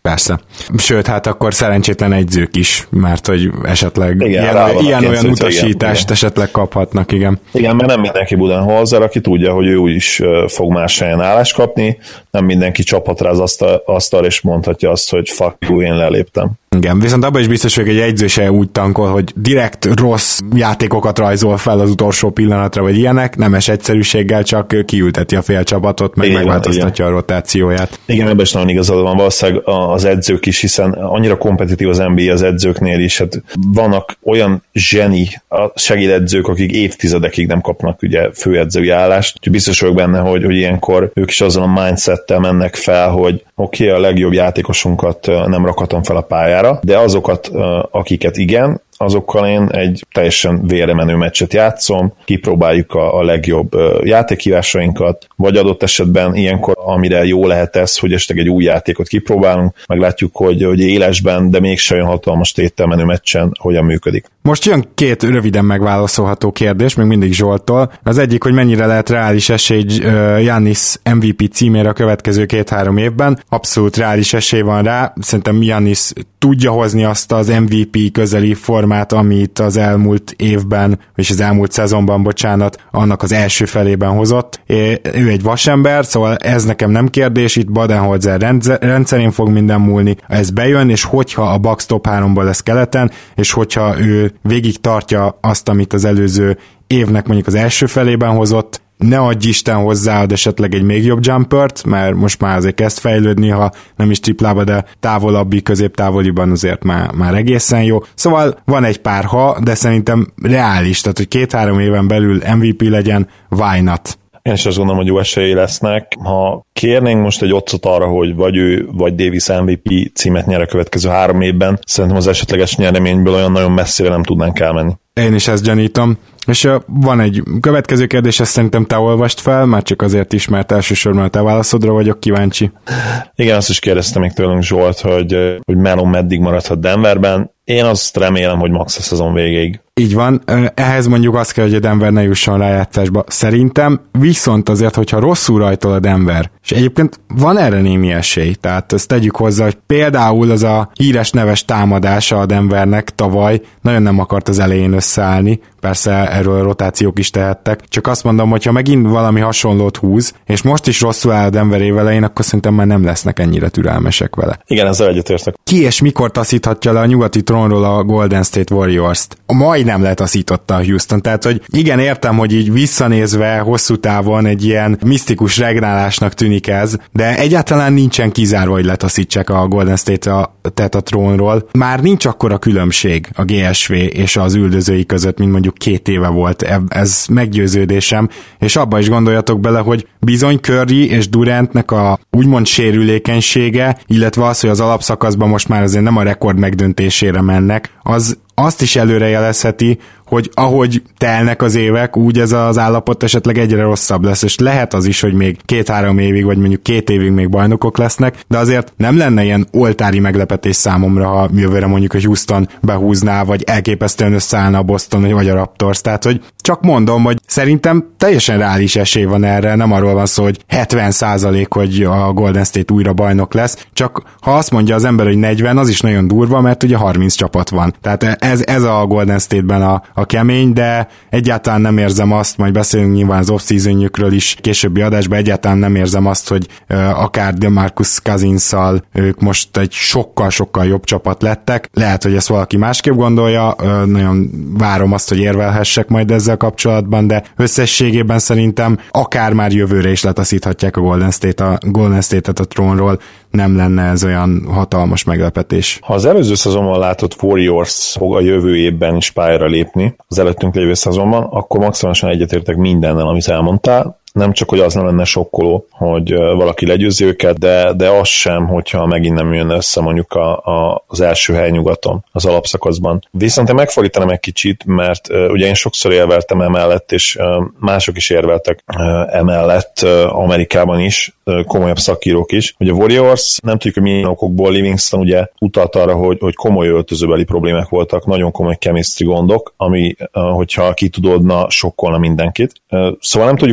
Persze. Sőt, hát akkor szerencsétlen egyzők is, mert hogy esetleg ilyen-olyan utasítást esetleg kaphatnak, igen. Igen, mert nem mindenki Budenholzer, aki tudja, hogy ő úgy is fog más helyen állást kapni, nem mindenki csaphat rá az asztal, és mondhatja azt, hogy fuck you, én leléptem. Igen, viszont abban is biztos, hogy egy edző se úgy tankol, hogy direkt rossz játékokat rajzol fel az utolsó pillanatra, vagy ilyenek, nemes egyszerűséggel csak kiülteti a fél csapatot, meg megváltoztatja a rotációját. Igen, ebben is nagyon igazad van, valószínűleg az edzők is, hiszen annyira kompetitív az NBA az edzőknél is, hát vannak olyan zseni segédedzők, akik évtizedekig nem kapnak ugye főedzői állást, úgyhogy biztos vagyok benne, hogy ilyenkor ők is azzal a mindsettel mennek fel, hogy oké, a legjobb játékosunkat nem rakhatom fel a pályára, de azokat, akiket igen, azokkal én egy teljesen vérre menő meccset játszom, kipróbáljuk a legjobb játékhívásainkat, vagy adott esetben ilyenkor, amire jó lehet ez, hogy esetleg egy új játékot kipróbálunk, meglátjuk, hogy élesben, de mégsem olyan hatalmas téttel menő meccsen hogyan működik. Most jön két röviden megválaszolható kérdés, még mindig Zsolttól. Az egyik, hogy mennyire lehet reális esély Giannis MVP címére a következő 2-3 évben. Abszolút reális esély van rá. Szerintem Giannis tudja hozni azt az MVP közeli formát, amit az elmúlt évben, és az elmúlt szezonban, bocsánat, annak az első felében hozott. Ő egy vasember, szóval ez nekem nem kérdés, itt Budenholzer rendszerén fog minden múlni, ez bejön, és hogyha a Bucks top 3-ból lesz keleten, és hogyha ő végig tartja azt, amit az előző évnek mondjuk az első felében hozott, ne adj Isten hozzáad esetleg egy még jobb jumpert, mert most már azért kezd fejlődni, ha nem is triplába, de távolabbi, középtávoliban azért már egészen jó. Szóval van egy pár de szerintem reális, tehát hogy 2-3 éven belül MVP legyen, why not? Én is azt gondolom, hogy jó esélyei lesznek. Ha kérnénk most egy otcot arra, hogy vagy ő, vagy Davis MVP címet nyer a következő 3 évben, szerintem az esetleges nyereményből olyan nagyon messzire nem tudnánk elmenni. Én is ezt gyanítom. És van egy következő kérdés, ezt szerintem te olvast fel, már csak azért is, mert elsősorban a te válaszodra vagyok kíváncsi. Igen, azt is kérdezte még tőlünk Zsolt, hogy Melo meddig maradhat Denverben. Én azt remélem, hogy max a szezon végéig. Így van, ehhez mondjuk azt kell, hogy a Denver ne jusson rájátszásba. Szerintem viszont azért, hogyha rosszul rajtol a Denver, és egyébként van erre némi esély, tehát ezt tegyük hozzá, hogy például az a híres neves támadása a Denvernek tavaly nagyon nem akart az elején összeállni, persze erről a rotációk is tehettek, csak azt mondom, hogy ha megint valami hasonlót húz, és most is rosszul áll a Denver évelején, akkor szerintem már nem lesznek ennyire türelmesek vele. Igen, ezzel egyetértek. Ki és mikor taszíthatja le a nyugati trónról a Golden State Warriors-t? Majdnem letaszította a Houston, tehát hogy igen, értem, hogy így visszanézve hosszú távon egy ilyen misztikus regnálásnak tűnik ez, de egyáltalán nincsen kizárva, hogy letaszítsák a Golden State-et a trónról. Már nincs akkora különbség a GSV és az üldözői között, mint mondjuk 2 éve volt. Ez meggyőződésem, és abba is gondoljatok bele, hogy bizony Curry és Durantnek a úgymond sérülékenysége, illetve az, hogy az alapszakaszban most már azért nem a rekord megdöntésére mennek, az azt is előrejelezheti, hogy ahogy telnek az évek, úgy ez az állapot esetleg egyre rosszabb lesz, és lehet az is, hogy még 2-3 évig, vagy mondjuk 2 évig még bajnokok lesznek, de azért nem lenne ilyen oltári meglepetés számomra, ha jövőre mondjuk a Houston behúzná, vagy elképesztően összeállna a Boston, vagy a Raptors, tehát hogy csak mondom, hogy szerintem teljesen reális esély van erre, nem arról van szó, hogy 70%, hogy a Golden State újra bajnok lesz, csak ha azt mondja az ember, hogy 40, az is nagyon durva, mert ugye 30 csapat van. Tehát ez a Golden State-ben a kemény, de egyáltalán nem érzem azt, majd beszélünk nyilván az off-seasonjükről is későbbi adásban, egyáltalán nem érzem azt, hogy akár DeMarcus Cousinsszal ők most egy sokkal-sokkal jobb csapat lettek. Lehet, hogy ezt valaki másképp gondolja, nagyon várom azt, hogy érvelhessek majd ezzel kapcsolatban, de összességében szerintem akár már jövőre is letaszíthatják a Golden State-et a trónról, nem lenne ez olyan hatalmas meglepetés. Ha az előző szezonban látott Warriors fog a jövő évben is pályára lépni, az előttünk lévő szezonban, akkor maximálisan egyetértek mindennel, amit elmondtál. Nem csak, hogy az nem lenne sokkoló, hogy valaki legyőzi őket, de az sem, hogyha megint nem jön össze mondjuk az első hely nyugaton, az alapszakaszban. Viszont én megfordítanám egy kicsit, mert ugye én sokszor érveltem emellett, és mások is érveltek emellett Amerikában is, komolyabb szakírók is, hogy a Warriors, nem tudjuk, hogy milyen okokból, Livingston ugye utalt arra, hogy komoly öltözőbeli problémák voltak, nagyon komoly chemistry gondok, ami, hogyha kitudódna, sokkolna mindenkit. Szóval nem tudjuk, hogy mi miatt,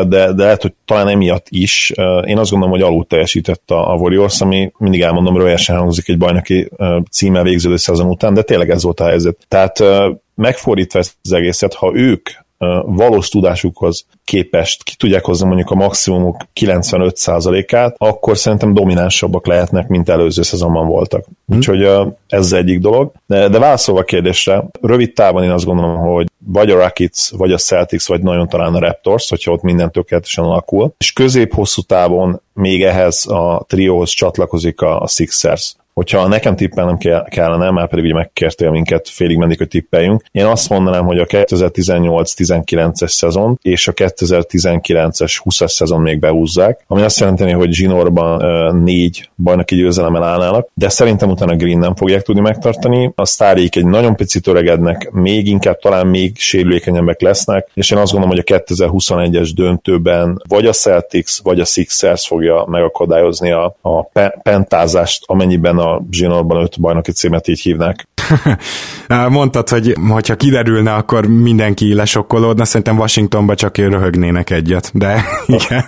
de lehet, hogy talán emiatt is. Én azt gondolom, hogy alul teljesített a Warriors, ami mindig elmondom, röjesen hangzik egy bajnoki címmel végződő szezon után, de tényleg ez volt a helyzet. Tehát megfordítva ezt az egészet, ha ők valós tudásukhoz képest ki tudják hozni mondjuk a maximumok 95%-át, akkor szerintem dominánsabbak lehetnek, mint előző szezonban voltak. Úgyhogy ez az egyik dolog. De válaszolva a kérdésre, rövid távon én azt gondolom, hogy vagy a Rockets, vagy a Celtics, vagy nagyon talán a Raptors, hogyha ott minden tökéletesen alakul. És közép-hosszú távon még ehhez a trióhoz csatlakozik a Sixers. Hogyha nekem tippelnem kellene, már pedig ugye megkértél minket félig mendig, hogy tippeljünk, én azt mondanám, hogy a 2018-19-es szezon és a 2019-es 20-as szezon még behúzzák, ami azt jelenteni, hogy zsinórban 4 bajnoki győzelemmel állnának, de szerintem utána Green nem fogják tudni megtartani, a sztárjaik egy nagyon picit öregednek, még inkább talán még sérülékenyebbek lesznek, és én azt gondolom, hogy a 2021-es döntőben vagy a Celtics, vagy a Sixers fogja megakadályozni a pentázást, amennyiben a zsinórban 5 bajnoki címet így hívnák. Mondtad, hogy ha kiderülne, akkor mindenki lesokkolódna, szerintem Washingtonba csak röhögnének egyet, de igen.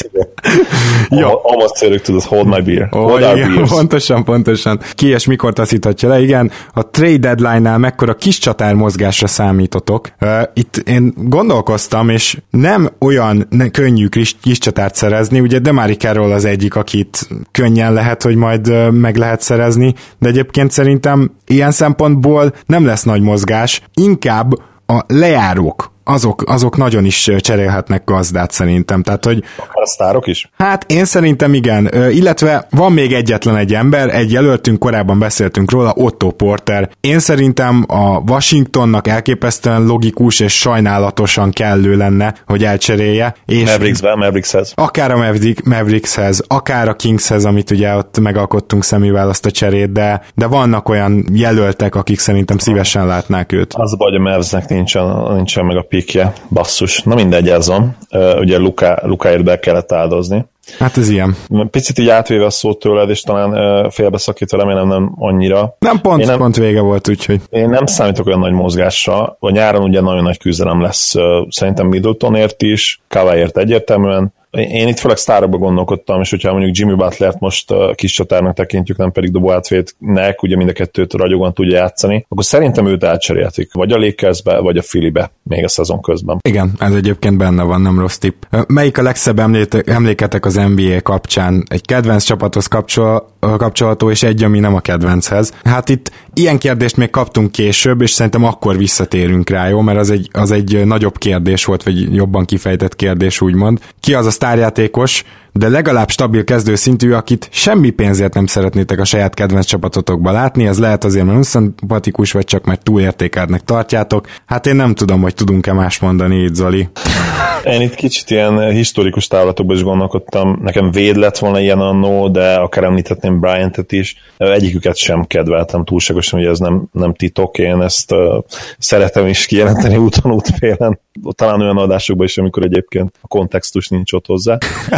Almost céljuk tudod, hold my beer. Hold our beers. Pontosan. Ki és mikor taszíthatja le, igen. A trade deadline-nál mekkora kis csatár mozgásra számítotok. Itt én gondolkoztam, és nem olyan könnyű kis csatárt szerezni, ugye DeMarre Carroll az egyik, akit könnyen lehet, hogy majd meg lehet szerezni, de egyébként szerintem ilyen szempontból nem lesz nagy mozgás, inkább a lejárók, azok nagyon is cserélhetnek gazdát szerintem. Tehát, hogy a sztárok is? Hát én szerintem igen, illetve van még egyetlen egy ember, egy jelöltünk, korábban beszéltünk róla, Otto Porter. Én szerintem a Washingtonnak elképesztően logikus és sajnálatosan kellő lenne, hogy elcserélje. És Maverickshez. Akár a Maverickshez, akár a Kingshez, amit ugye ott megalkottunk Semivel azt a cserét, de vannak olyan jelöltek, akik szerintem szívesen látnák őt. Az baj, hogy a Mavsnek nincsen meg a pikje, basszus. Na mindegy, ez van. Ugye Lukáért be kellett áldozni. Hát ez ilyen. Picit így átvéve a szót tőled, és talán félbeszakítva, remélem nem annyira. Nem pont vége volt, úgyhogy. Én nem számítok olyan nagy mozgásra. A nyáron ugye nagyon nagy küzdelem lesz szerintem Middletonért is, Kawhiért egyértelműen. Én itt főleg sztárokba gondolkodtam, és hogyha mondjuk Jimmy Butlert most kis csatárnak tekintjük, nem pedig dobó átvétnek, ugye mind a kettőt ragyogóan tudja játszani, akkor szerintem őt elcserélhetik, vagy a Lakersbe, vagy a Phillybe még a szezon közben. Igen, ez egyébként benne van, nem rossz tipp. Melyik a legszebb emléketek az NBA kapcsán? Egy kedvenc csapathoz kapcsolható, és egy, ami nem a kedvenchez. Hát itt ilyen kérdést még kaptunk később, és szerintem akkor visszatérünk rá, jó? Mert az egy nagyobb kérdés volt, vagy jobban kifejtett kérdés, úgymond. Ki az a sztárjátékos, de legalább stabil kezdőszintű, akit semmi pénzért nem szeretnétek a saját kedvenc csapatotokba látni, ez lehet azért, mert szimpatikus, vagy csak mert túlértékeltnek tartjátok. Hát én nem tudom, hogy tudunk-e más mondani itt, Zoli. Én itt kicsit ilyen historikus távlatokban is gondolkodtam. Nekem Wade lett volna ilyen annó, de akár említhetném Bryantet is. Egyiküket sem kedveltem túlságosan, hogy ez nem titok. Én ezt szeretem is kijelenteni úton útfélen. Talán olyan adásokban is, amikor egyébként a kontextus nincs ott hozzá.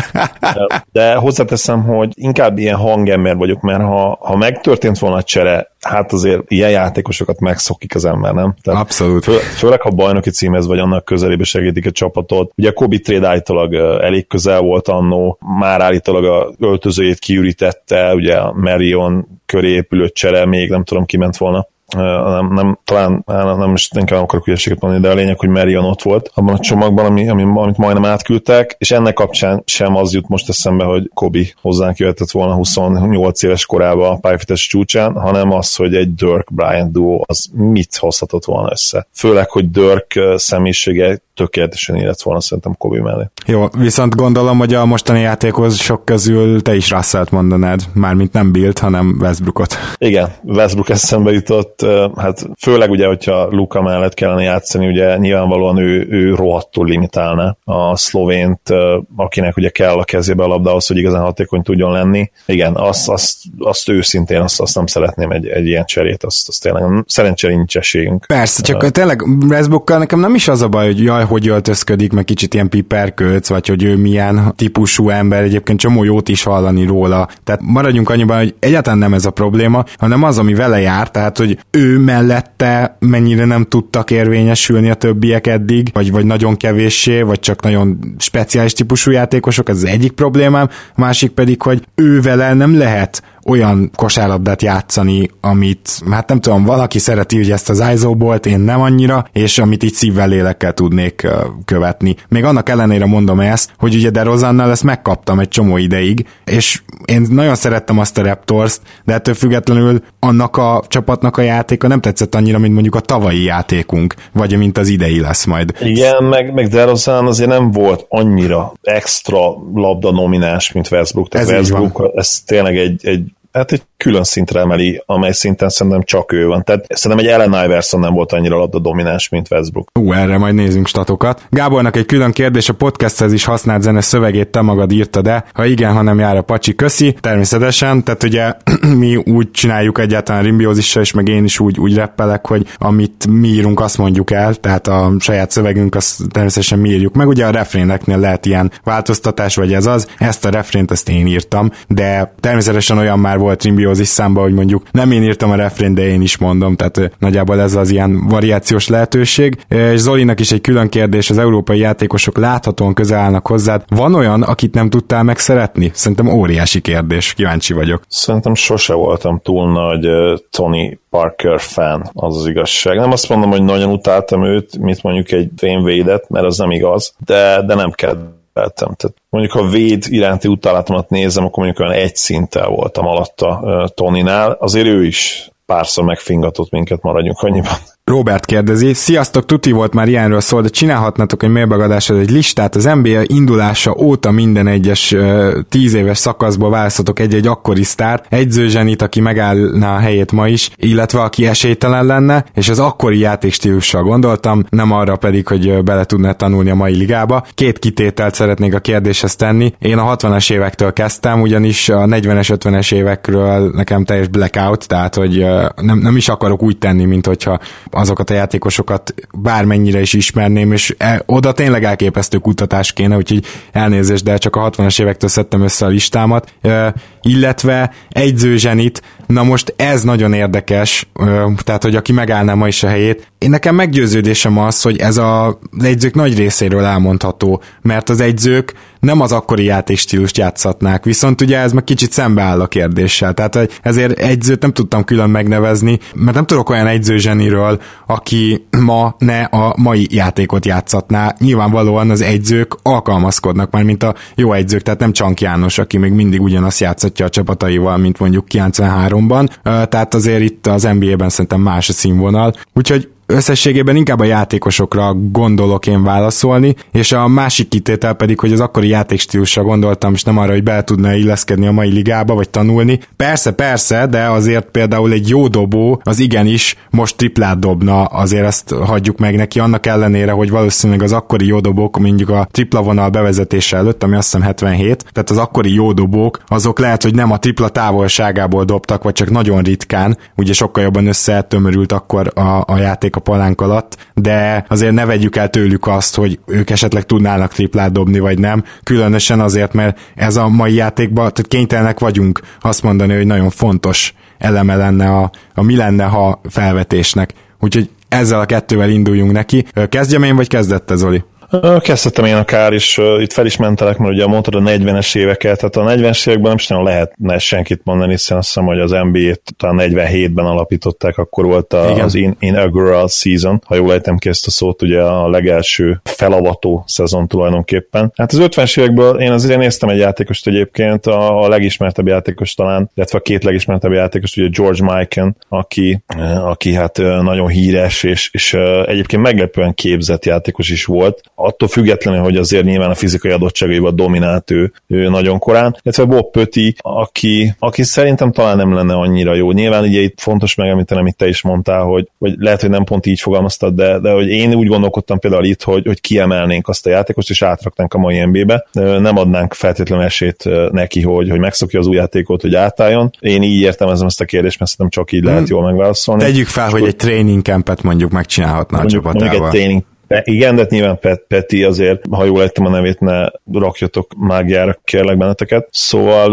De hozzáteszem, hogy inkább ilyen hangember vagyok, mert ha megtörtént volna a csere, hát azért ilyen játékosokat megszokik az ember, nem? Tehát abszolút. Főleg, ha bajnoki címhez vagy annak közelébe segítik a csapatot. Ugye a Kobe trade állítólag elég közel volt annó, már állítólag a öltözőjét kiürítette, ugye a Marion köré épülő csere, még nem tudom, ki ment volna. Nem is inkább akarok hülyeséget mondani, de a lényeg, hogy Marion ott volt abban a csomagban, amit majdnem átküldtek, és ennek kapcsán sem az jut most eszembe, hogy Kobe hozzánk jöhetett volna 28 éves korában a pályafutási csúcsán, hanem az, hogy egy Dirk-Bryant duó az mit hozhatott volna össze. Főleg, hogy Dirk személyisége tökéletesen illett volna szerintem Kobe mellé. Jó, viszont gondolom, hogy a mostani játékosok közül te is Russellt mondanád, mármint nem Billt, hanem Westbrookot. Igen, Westbrook eszembe jutott, hát főleg ugye, hogyha Luka mellett kellene játszani, ugye nyilvánvalóan ő rohadtul limitálná a szlovént, akinek ugye kell a kezébe a labda ahhoz, hogy igazán hatékony tudjon lenni. Igen, azt őszintén, azt nem szeretném egy ilyen cserét, azt tényleg szerencsére nincs esélyünk. Persze, csak tényleg Westbrookkal nekem nem is az a baj, hogy jaj, hogy öltözködik, meg kicsit ilyen piperkőc, vagy hogy ő milyen típusú ember, egyébként csomó jót is hallani róla. Tehát maradjunk annyiban, hogy egyáltalán nem ez a probléma, hanem az, ami vele jár, tehát hogy ő mellette mennyire nem tudtak érvényesülni a többiek eddig, vagy nagyon kevéssé, vagy csak nagyon speciális típusú játékosok, ez az egyik problémám, a másik pedig, hogy ő vele nem lehet olyan kosárlabdát játszani, amit, hát nem tudom, valaki szereti ugye ezt az ISO-bolt, én nem annyira, és amit így szívvel, lélekkel tudnék követni. Még annak ellenére mondom ezt, hogy ugye DeRozannal ezt megkaptam egy csomó ideig, és én nagyon szerettem azt a Raptors-t, de ettől függetlenül annak a csapatnak a játéka nem tetszett annyira, mint mondjuk a tavalyi játékunk, vagy mint az idei lesz majd. Igen, meg DeRozan azért nem volt annyira extra labda domináns, mint Westbrook. Tehát Westbrook, ez tényleg egy külön szintre emeli, amely szinten szerintem csak ő van. Tehát szerintem egy Allen Iverson nem volt annyira labda domináns, mint Westbrook. Erre majd nézzünk statokat. Gábornak egy külön kérdés, a podcasthez is használt zene szövegét te magad írtad, de ha igen, ha nem jár a pacsi, köszi. Természetesen, tehát ugye mi úgy csináljuk egyáltalán Rimbiózissal, és meg én is úgy rappelek, hogy amit mi írunk, azt mondjuk el, tehát a saját szövegünk, azt természetesen mi írjuk meg. Ugye a refréneknél lehet ilyen változtatás, vagy ez az. Ezt a refrént, ezt én írtam, de természetesen olyan már volt Rimbiózis számba, hogy mondjuk nem én írtam a refrén, de én is mondom, tehát nagyjából ez az ilyen variációs lehetőség. És Zolinak is egy külön kérdés, az európai játékosok láthatóan közel állnak hozzád. Van olyan, akit nem tudtál megszeretni? Szerintem óriási kérdés, kíváncsi vagyok. Szerintem sose voltam túl nagy Tony Parker fan, az igazság. Nem azt mondom, hogy nagyon utáltam őt, mint mondjuk egy Dwayne Wade-et, mert az nem igaz, de nem kedveltem. Tehát mondjuk, ha Wade iránti utálatomat nézem, akkor mondjuk olyan egy szinttel voltam alatta Tonynál. Azért ő is párszor megfingatott minket, maradjunk annyiban. Robert kérdezi, sziasztok, tuti volt már ilyenről szól, de csinálhatnátok egy mailbagadásra egy listát, az NBA indulása óta minden egyes 10 éves szakaszból választhatok egy akkori sztár, edzőzsenit, aki megállná a helyét ma is, illetve aki esélytelen lenne, és az akkori játékstílussal gondoltam, nem arra pedig, hogy bele tudná tanulni a mai ligába. 2 kitételt szeretnék a kérdéshez tenni. Én a 60-as évektől kezdtem, ugyanis a 40-es, 50-es évekről nekem teljes blackout, tehát hogy nem is akarok úgy tenni, mint hogyha azokat a játékosokat bármennyire is ismerném, és oda tényleg elképesztő kutatás kéne, úgyhogy elnézést, de csak a 60-as évektől szedtem össze a listámat, illetve edzőzsenit. Na most ez nagyon érdekes, tehát hogy aki megállná ma is a helyét. Én nekem meggyőződésem az, hogy ez az edzők nagy részéről elmondható, mert az edzők nem az akkori játékstílust játszhatnák, viszont ugye ez meg kicsit szembeáll a kérdéssel, tehát ezért edzőt nem tudtam külön megnevezni, mert nem tudok olyan edzőzseniről, aki ma ne a mai játékot játszatná. Nyilvánvalóan az edzők alkalmazkodnak már, mint a jó edzők, tehát nem Csank János, aki még mindig ugyanazt játszatja a csapataival, mint mondjuk 93-ban, tehát azért itt az NBA-ben szerintem más a színvonal, úgyhogy összességében inkább a játékosokra gondolok én válaszolni, és a másik kitétel pedig, hogy az akkori játékstílusra gondoltam, és nem arra, hogy bele tudna illeszkedni a mai ligába, vagy tanulni. Persze, de azért például egy jó dobó, az igenis most triplát dobna, azért ezt hagyjuk meg neki, annak ellenére, hogy valószínűleg az akkori jó dobók, mondjuk a tripla vonal bevezetése előtt, ami azt hiszem 77, tehát az akkori jó dobók, azok lehet, hogy nem a tripla távolságából dobtak, vagy csak nagyon ritkán, ugye sokkal jobban összetömörült akkor a játék a palánk alatt, de azért ne vegyük el tőlük azt, hogy ők esetleg tudnának triplát dobni, vagy nem. Különösen azért, mert ez a mai játékban, tehát kénytelenek vagyunk azt mondani, hogy nagyon fontos eleme lenne a mi lenne, ha felvetésnek. Úgyhogy ezzel a 2-vel induljunk neki. Kezdjem én, vagy kezdette Zoli? Kezdtem én akár, és itt fel is mentelek, mert ugye mondtad a 40-es éveket, tehát a 40-es években nem is nagyon lehetne senkit mondani, hiszen azt hiszem, hogy az NBA-t talán 47-ben alapították, akkor volt az inaugural season, ha jól ejtem ki ezt a szót, ugye a legelső felavató szezon tulajdonképpen. Hát az 50-es évekből én azért néztem egy játékost egyébként, a legismertebb játékos talán, illetve a 2 legismertebb játékos, ugye George Mikan, aki hát nagyon híres, és egyébként meglepően képzett játékos is volt, attól függetlenül, hogy azért nyilván a fizikai adottságaival dominált ő nagyon korán, illetve Bob Pötti, aki szerintem talán nem lenne annyira jó. Nyilván ugye itt fontos megemlíteni, amit te is mondtál, hogy lehet, hogy nem pont így fogalmaztad, de hogy én úgy gondolkodtam például itt, hogy kiemelnénk azt a játékost, és átraknánk a mai NBA-be. Nem adnánk feltétlenül esélyt neki, hogy megszokja az új játékot, hogy átálljon. Én így értelmezem ezt a kérdést, mert szerintem csak így lehet jól megválaszolni. Tegyük fel, hogy egy training campet mondjuk megcsinálhatná a csapatával. Igen, de nyilván Peti azért, ha jól ejtem a nevét, ne rakjatok mágiára, kérlek benneteket. Szóval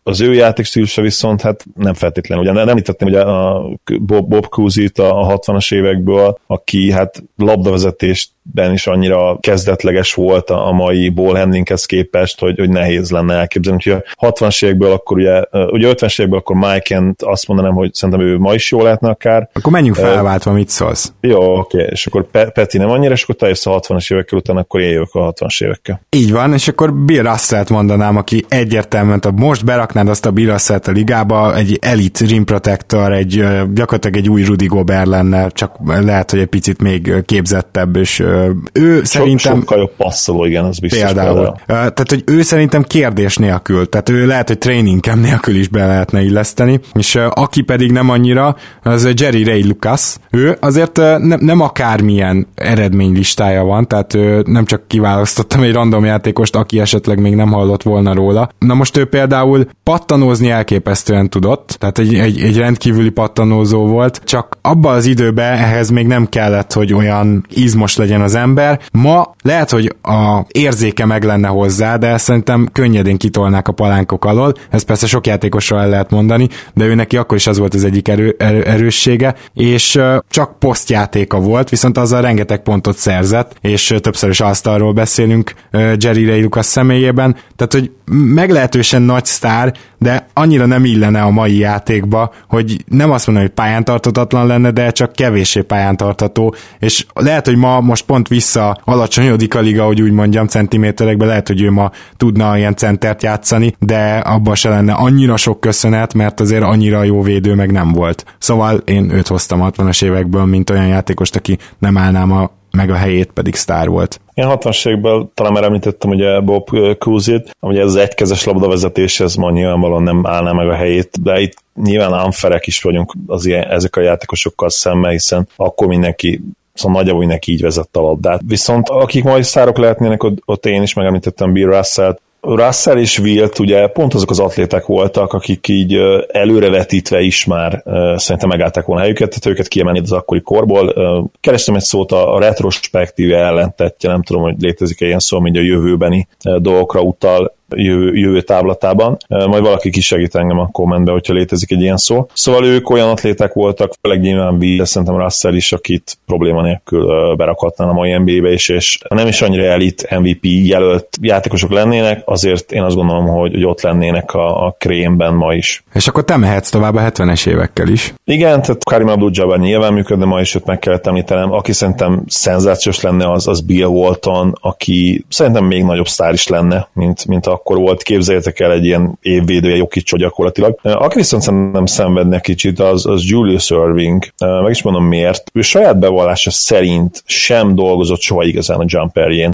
az ő játékstílusa viszont hát nem feltétlenül. Ugye nem említettem ugye a Bob Cousy-t a 60-as évekből, aki hát labdavezetésben is annyira kezdetleges volt a mai ball handlinghez képest, hogy nehéz lenne elképzelni. Úgyhogy a 60-as évekből akkor ugye 50-es évekből akkor Mike-ent azt mondanám, hogy szerintem ő ma is jól lehetne akár. Akkor menjünk felváltva, mit szólsz? Jó, oké, és akkor Peti nem annyira, és akkor te jössz a 60-as évekkel, utána akkor én jövök a 60-as évekkel. Így van, és akkor Bill Russell-t mondanám, aki egyértelműen, most beraknád azt a Bill Russell-t a ligába, egy elite rim protector, gyakorlatilag egy új Rudy Gobert lenne, csak lehet, hogy egy picit még képzettebb, és ő szerintem... Sokkal jobb passzoló, igen, az biztos. Például. Tehát, hogy ő szerintem kérdés nélkül, tehát ő lehet, hogy training camp nélkül is be lehetne illeszteni, és aki pedig nem annyira, az Jerry Ray Lucas. Ő azért nem akármilyen eredménylistája van, tehát ő nem csak kiválasztottam egy random játékost, aki esetleg még nem hallott volna róla. Na most ő például pattanózni elképesztően tudott, tehát egy rendkívüli pattanózó volt, csak abban az időben ehhez még nem kellett, hogy olyan izmos legyen az ember. Ma lehet, hogy a érzéke meg lenne hozzá, de szerintem könnyedén kitolnák a palánkok alól. Ez persze sok játékosról el lehet mondani, de ő neki akkor is az volt az egyik erőssége, és csak posztjátéka volt, viszont azzal rengeteg pontot szerzett, és többször is asztalról beszélünk Jerry Ray Lucas személyében, tehát hogy meglehetősen nagy sztár, de annyira nem illene a mai játékba, hogy nem azt mondom, hogy pályántartatatlan lenne, de csak kevéssé pályántartató, és lehet, hogy ma most pont vissza alacsonyodik a liga, hogy úgy mondjam, centiméterekben, lehet, hogy ő ma tudna ilyen centert játszani, de abban se lenne annyira sok köszönet, mert azért annyira jó védő meg nem volt. Szóval én őt hoztam 60-as évekből, mint olyan játékost, aki nem állnám meg a helyét, pedig sztár volt. Én 60-as években talán már említettem ugye Bob Cousy-t, ugye ez az egykezes labdavezetés, ez ma nyilvánvalóan nem állná meg a helyét, de itt nyilván unfairek is vagyunk ezek a játékosokkal szemben, hiszen akkor mindenki, szóval nagyjából mindenki így vezette a labdát. Viszont akik majd sztárok lehetnének, ott én is megemlítettem Bill Russell-t. Russell és Wilt ugye pont azok az atléták voltak, akik így előrevetítve is már szerintem megállták volna helyüket, tehát őket kiemelni az akkori korból. Kerestem egy szót a retrospektíve ellentettje, nem tudom, hogy létezik-e ilyen szó, mint a jövőbeni dolgokra utal, jövő táblatában. Majd valaki kisegít engem a kommentbe, hogyha létezik egy ilyen szó. Szóval ők olyan atléták voltak, főleg nyilván de szerintem Russell is, akit probléma nélkül berakhatnál a mai NBA-be is, és nem is annyira elit MVP jelölt játékosok lennének, azért én azt gondolom, hogy ott lennének a krémben ma is. És akkor te mehetsz tovább a 70-es évekkel is. Igen, tehát Kareem Abdul-Jabbar nyilván működne ma is, őt meg kellett említenem. Aki szerintem szenzációs lenne, az Bill Walton, aki szerintem még nagyobb sztár is lenne, mint akkor volt. Képzeljétek el egy ilyen évvédője Jokic gyakorlatilag. Aki viszont szerintem szenvedne kicsit, az Julius Erving. Meg is mondom miért. Ő saját bevallása szerint sem dolgozott soha igazán a jumperjén.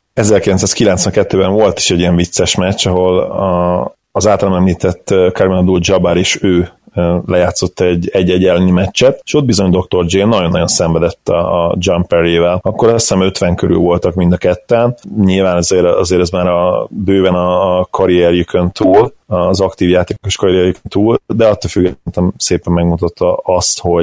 1992-ben volt is egy ilyen vicces meccs, ahol az általam említett Kareem Abdul-Jabbar és ő lejátszott egy elleni meccset, és ott bizony Dr. J nagyon-nagyon szenvedett a jumperjével. Akkor azt hiszem 50 körül voltak mind a ketten. Nyilván azért ez már bőven a karrierjükön túl, az aktív játékos karrierjükön túl, de attól függetlenül szépen megmutatta azt, hogy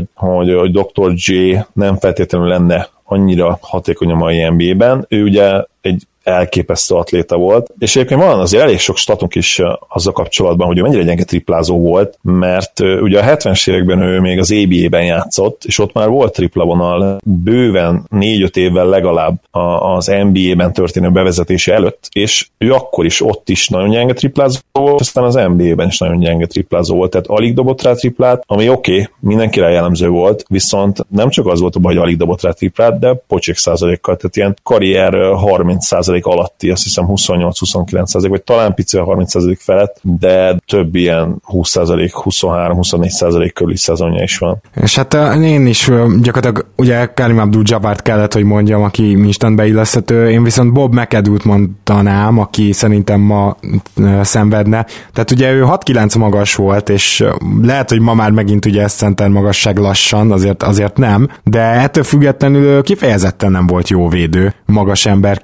Dr. J nem feltétlenül lenne annyira hatékony a mai NBA-ben. Ő ugye egy elképesztő atléta volt, és egyébként van azért elég sok statunk is azzal kapcsolatban, hogy ő mennyire gyenge triplázó volt, mert ugye a 70-es években ő még az ABA-ben játszott, és ott már volt tripla vonal bőven 4-5 évvel legalább az NBA-ben történő bevezetése előtt, és ő akkor is ott is nagyon gyenge triplázó volt, aztán az NBA-ben is nagyon gyenge triplázó volt, tehát alig dobott rá triplát, ami oké, mindenkire jellemző volt, viszont nem csak az volt a baj, hogy alig dobott rá triplát, de pocsék százalékkal, tehát ilyen karrier 30% alatti, azt hiszem 28-29%, vagy talán picivel 30% felett, de több ilyen 20%, 23-24% körüli szezonja is van. És hát én is gyakorlatilag ugye Kareem Abdul-Jabbart kellett, hogy mondjam, aki instant beilleszthető, én viszont Bob McAdoo-t mondanám, aki szerintem ma szenvedne. Tehát ugye ő 6'9" magas volt, és lehet, hogy ma már megint ugye ez center magasság lassan, azért nem, de ettől függetlenül kifejezetten nem volt jó védő magas emberként,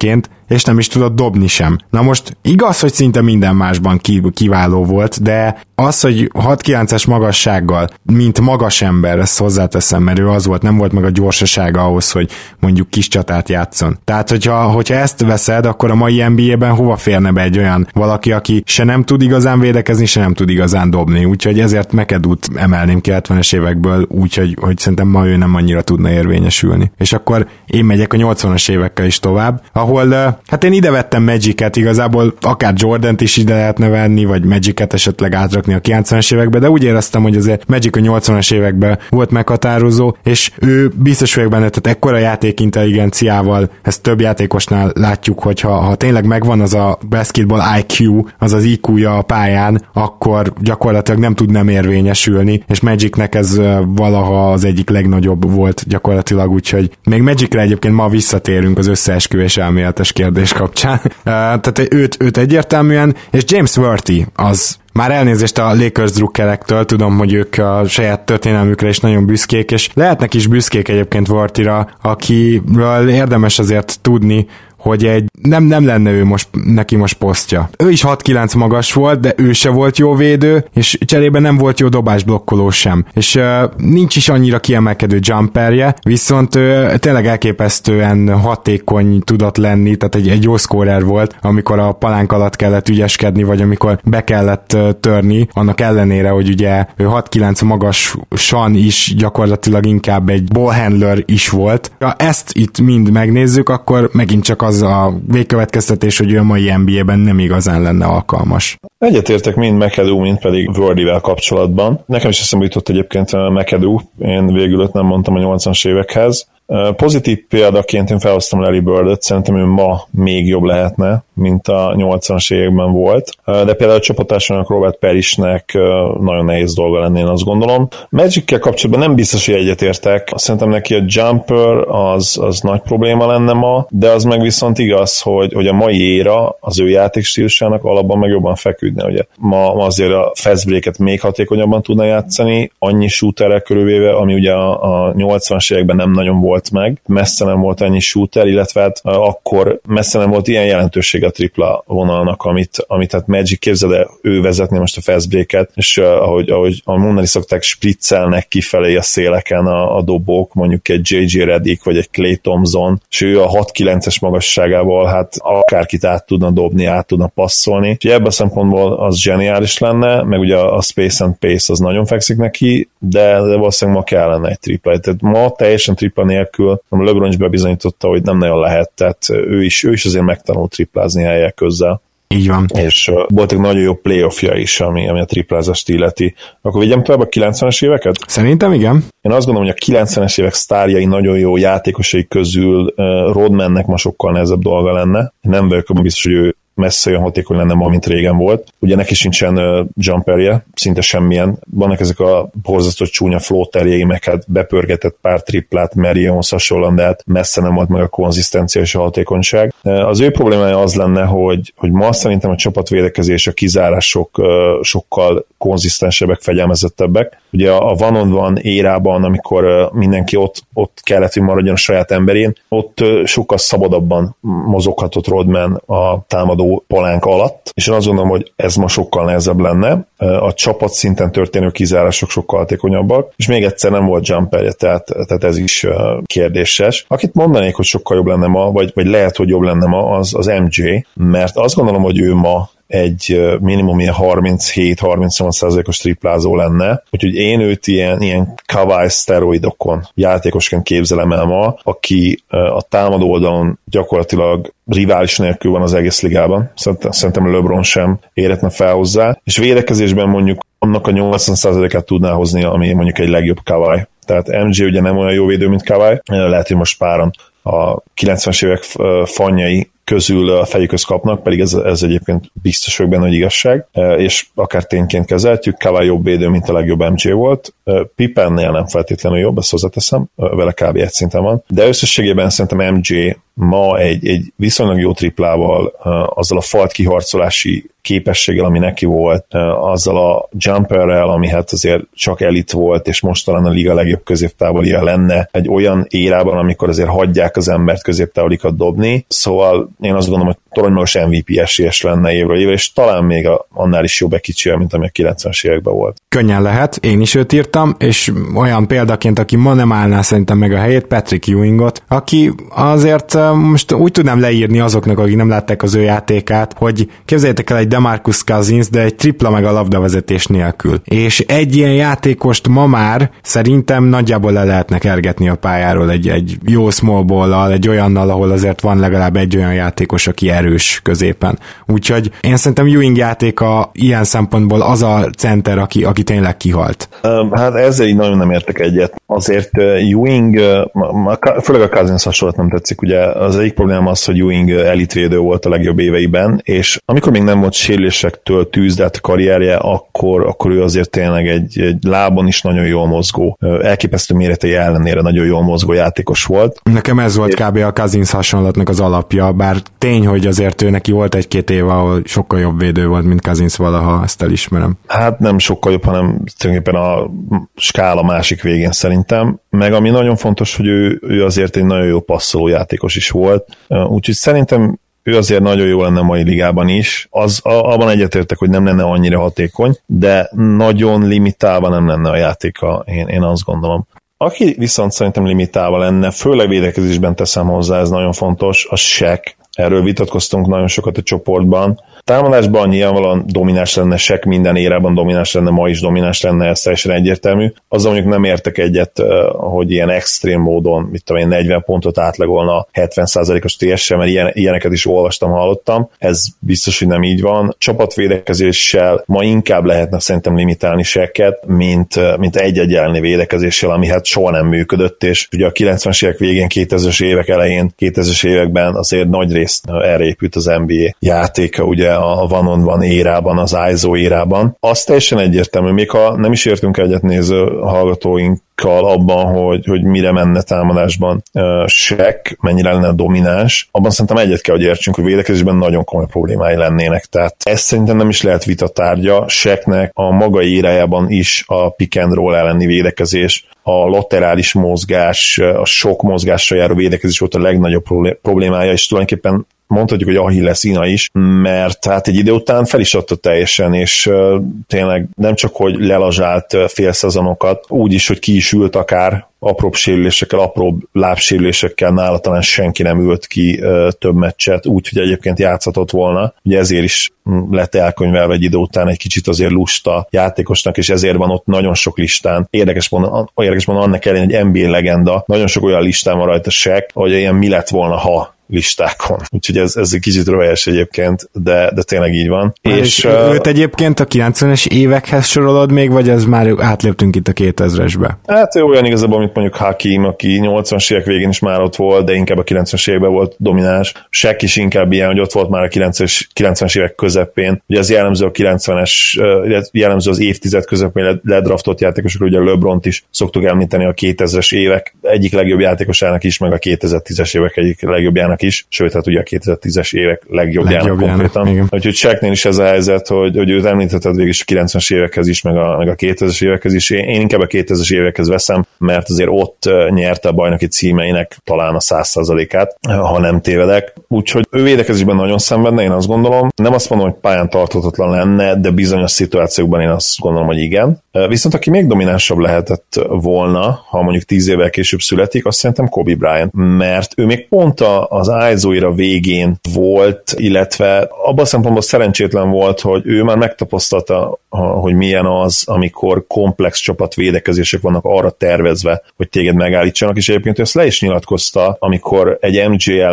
és nem is tudott dobni sem. Na most igaz, hogy szinte minden másban kiváló volt, de az, hogy 6-9-es magassággal, mint magas ember, ezt hozzáteszem, mert ő az volt, nem volt meg a gyorsasága ahhoz, hogy mondjuk kis csatát játszon. Tehát, hogyha ezt veszed, akkor a mai NBA-ben hova férne be egy olyan valaki, aki se nem tud igazán védekezni, se nem tud igazán dobni. Úgyhogy ezért McAdoo-t emelném 90-es évekből, úgyhogy szerintem ma ő nem annyira tudna érvényesülni. És akkor én megyek a 80-as évekkel is tovább, ahol hát én ide vettem Magic-et, igazából akár Jordant is ide lehetne venni, vagy Magic-et esetleg átrakni a 90-es évekbe, de úgy éreztem, hogy azért Magic a 80-as években volt meghatározó, és ő biztos vagyok benne, tehát ekkora játékintelligenciával, ezt több játékosnál látjuk, hogy ha tényleg megvan az a basketball IQ, az az IQ-ja a pályán, akkor gyakorlatilag nem tud nem érvényesülni, és Magicnek ez valaha az egyik legnagyobb volt gyakorlatilag, úgyhogy még Magicre egyébként ma visszatérünk az összeesküvés elméletes kérdés kapcsán. Tehát őt egyértelműen, és James Worthy az már elnézést a Lakers drukkerektől, tudom, hogy ők a saját történelmükre is nagyon büszkék, és lehetnek is büszkék egyébként Worthyra, akiről érdemes azért tudni, hogy nem lenne ő neki most posztja. Ő is 6-9 magas volt, de ő se volt jó védő, és cserében nem volt jó dobásblokkoló sem. És nincs is annyira kiemelkedő jumperje, viszont tényleg elképesztően hatékony tudott lenni, tehát egy jó scorer volt, amikor a palánk alatt kellett ügyeskedni, vagy amikor be kellett törni, annak ellenére, hogy ugye ő 6-9 magasan is gyakorlatilag inkább egy ballhandler is volt. Ha ezt itt mind megnézzük, akkor megint csak az a végkövetkeztetés, hogy ő a mai NBA-ben nem igazán lenne alkalmas. Egyetértek mind McAdoo, mind pedig Worthyvel kapcsolatban. Nekem is eszembe jutott egyébként McAdoo, én végül őt nem mondtam a 80-as évekhez. Pozitív példaként én felhoztam Larry Bird-öt, szerintem ő ma még jobb lehetne, mint a 80-as években volt, de például a csapattársának Robert Parrishnek nagyon nehéz dolga lenne, én azt gondolom. Magic-kel kapcsolatban nem biztos, hogy egyetértek, szerintem neki a jumper az nagy probléma lenne ma, de az meg viszont igaz, hogy a mai éra az ő játékstílusának alapban meg jobban feküdne, ugye. Ma azért a fast break-et még hatékonyabban tudna játszani, annyi shooterrel körülvéve, ami ugye a 80-as években nem nagyon volt meg, messze nem volt ennyi shooter, illetve hát akkor messze nem volt ilyen jelentőség a tripla vonalnak, amit hát Magic képzeld, ő vezetné most a fast break-et, és ahogy mondani szokták, spriccelnek kifelé a széleken a dobók, mondjuk egy J.J. Redick, vagy egy Klay Thompson, és ő a 6-9-es magasságával hát akárkit át tudna dobni, át tudna passzolni. Úgyhogy ebben a szempontból az zseniális lenne, meg ugye a space and pace az nagyon fekszik neki, de valószínűleg ma kellene egy tripla. Tehát ma teljesen tripla nélkül, LeBron is bebizonyította, hogy nem nagyon lehet, tehát ő is azért megtanult triplázni helyek közzel. Így van. És voltak nagyon jó playoffja is, ami a triplázást illeti. Akkor vigyem tovább a 90-es éveket? Szerintem igen. Én azt gondolom, hogy a 90-es évek sztárjai nagyon jó játékosai közül Rodmannek ma sokkal nehezebb dolga lenne. Nem vagyok abban biztos, hogy ő messze olyan hatékony lenne ma, mint régen volt. Ugye neki sincsen jumperje, szinte semmilyen. Vannak ezek a borzasztó csúnya floaterjei, meg hát bepörgetett pár triplát Marionhoz hasonlóan, de hát messze nem volt meg a konzisztencia és a hatékonyság. Az ő problémája az lenne, hogy ma szerintem a csapatvédekezés, a kizárások sokkal konzisztensebbek, fegyelmezettebbek. Ugye a one-on-one érában, amikor mindenki ott kellett, hogy maradjon a saját emberén, ott sokkal szabadabban mozoghatott Rodman a támadó palánk alatt, és én azt gondolom, hogy ez ma sokkal nehezebb lenne. A csapat szinten történő kizárások sokkal hatékonyabbak, és még egyszer nem volt jumperje, tehát ez is kérdéses. Akit mondanék, hogy sokkal jobb lenne ma, vagy lehet, hogy jobb lenne ma, az MJ, mert azt gondolom, hogy ő ma egy minimum ilyen 37-38%-os triplázó lenne, úgyhogy én őt ilyen Kawhi szteroidokon játékosként képzelem el ma, aki a támadó oldalon gyakorlatilag rivális nélkül van az egész ligában. Szerintem LeBron sem érhetne fel hozzá, és védekezésben mondjuk annak a 80%-át tudná hozni, ami mondjuk egy legjobb Kawhi. Tehát MJ ugye nem olyan jó védő, mint Kawhi, lehet, hogy most páran a 90-es évek fannyai közül a fejükhöz kapnak, pedig ez egyébként biztos vagyok benne, hogy igazság, és akár tényként kezeltjük, Kawhi jobb védő, mint a legjobb MJ volt. Pippennél nem feltétlenül jobb, ezt hozzáteszem, vele kb. Egy szinten van, de összességében szerintem MJ ma egy viszonylag jó triplával, azzal a falt kiharcolási képességgel, ami neki volt, azzal a jumperrel, ami hát azért csak elit volt, és most talán a liga legjobb középtávolija lenne egy olyan érában, amikor azért hagyják az embert középtávolikat dobni. Szóval én azt gondolom, hogy toronymagas MVP esélyes lenne évről évre, és talán még annál is jobb egy kicsivel, mint ami a 90-es években volt. Könnyen lehet, én is őt írtam, és olyan példaként, aki ma nem állná szerintem meg a helyét, Patrick Ewingot, aki azért most úgy tudnám leírni azoknak, akik nem látták az ő játékát, hogy képzeljétek el egy DeMarcus Cousins, de egy tripla meg a labdavezetés nélkül. És egy ilyen játékost ma már szerintem nagyjából le lehetne kergetni a pályáról egy jó small ball-al, egy olyannal, ahol azért van legalább egy olyan játékos, aki erős középen. Úgyhogy én szerintem Ewing játéka ilyen szempontból az a center, aki tényleg kihalt. Hát ezzel így nagyon nem értek egyet. Azért Ewing, főleg a Cousins hasonlat nem tetszik, ugye az egyik probléma az, hogy Ewing elitvédő volt a legjobb éveiben, és amikor még nem volt sérülésektől tűzdelt a karrierje, akkor ő azért tényleg egy lábon is nagyon jól mozgó, elképesztő méretei ellenére nagyon jól mozgó játékos volt. Nekem ez volt kb. A Cousins hasonlatnak az alapja, bár tény, hogy azért ő neki volt egy-két év, ahol sokkal jobb védő volt, mint Cousins valaha, ezt elismerem. Hát nem sokkal jobb, hanem tulajdonképpen a skála másik végén szerintem, meg ami nagyon fontos, hogy ő azért egy nagyon jó passzoló játékos is volt, úgyhogy szerintem ő azért nagyon jó lenne a mai ligában is. Abban egyetértek, hogy nem lenne annyira hatékony, de nagyon limitálva nem lenne a játéka, én azt gondolom. Aki viszont szerintem limitálva lenne, főleg védekezésben teszem hozzá, ez nagyon fontos, a Shaq. Erről vitatkoztunk nagyon sokat a csoportban. Támadásban nyilvánvalóan domináns lenne, Shaq minden érában domináns lenne, ma is domináns lenne, ez teljesen egyértelmű. Azzal mondjuk nem értek egyet, hogy ilyen extrém módon, mit tudom én, 40 pontot átlagolna 70%-os TS-sel, mert ilyeneket is olvastam, hallottam. Ez biztos, hogy nem így van. Csapatvédekezéssel ma inkább lehetne szerintem limitálni Shaq-et, mint egy-egy elleni védekezéssel, ami hát soha nem működött, és ugye a 90-es évek végén, 2000-es évek elején, 2000-es években azért nagy részt erre épült az NBA játéka, ugye a one-on-one érában, az ISO érában. Az teljesen egyértelmű, még ha nem is értünk egyet néző hallgatóinkkal abban, hogy mire menne támadásban Shaq, mennyire lenne domináns, abban szerintem egyet kell, hogy értsünk, hogy védekezésben nagyon komoly problémái lennének. Tehát ez szerintem nem is lehet vitatárgya. Shaqnek a maga érájában is a pick and roll elleni védekezés, a laterális mozgás, a sok mozgással járó védekezés volt a legnagyobb problémája, és tulajdonképpen mondhatjuk, hogy Achilleszína is, mert hát egy idő után fel is adta teljesen, és tényleg nem csak, hogy lelazsált félszezonokat, úgy is, hogy ki is ült akár apróbb sérülésekkel, apróbb lábsérülésekkel, nála talán senki nem ült ki több meccset, úgyhogy egyébként játszhatott volna. Ugye ezért is lett elkönyvelve egy idő után egy kicsit azért lusta játékosnak, és ezért van ott nagyon sok listán. Érdekes mondani, annak ellenére egy NBA legenda, nagyon sok olyan listán van rajta Shaq, hogy ilyen mi lett volna, ha listákon. Úgyhogy ez egy kicsit rövejes egyébként, de tényleg így van. És őt egyébként a 90-es évekhez sorolod még, vagy ez már átléptünk itt a 2000-esbe? Hát ő olyan igazából, mint mondjuk Hakim, aki 80-as évek végén is már ott volt, de inkább a 90-es években volt domináns. Shaq is inkább ilyen, hogy ott volt már a 90-es évek közepén. Ugye ez jellemző a 90-es, jellemző az évtized közepén ledraftolt játékosokról, ugye LeBront is szoktuk említeni a 2000-es évek egyik legjobb játékosának is, meg a 2010-es évek egyik legjobbjának is, sőt, hát ugye a 2010-es évek legjobbjának konkrétan. Úgyhogy Shaqnél is ez a helyzet, hogy őt említetted végig is a 90-es évekhez is, meg a 2000-es évekhez is. Én inkább a 2000-es évekhez veszem, mert azért ott nyerte a bajnoki címeinek talán a 100%-át, ha nem tévedek. Úgyhogy ő védekezésben nagyon szenvedne, én azt gondolom. Nem azt mondom, hogy pályán tarthatatlan lenne, de bizonyos szituációkban én azt gondolom, hogy igen. Viszont aki még dominánsabb lehetett volna, ha mondjuk 10 évvel később születik, azt szerintem Kobe Bryant, mert ő még pont az ISO-ira végén volt, illetve abban a szempontból szerencsétlen volt, hogy ő már megtapasztalta, hogy milyen az, amikor komplex csapatvédekezések vannak arra tervezve, hogy téged megállítsanak, és egyébként ezt le is nyilatkozta, amikor egy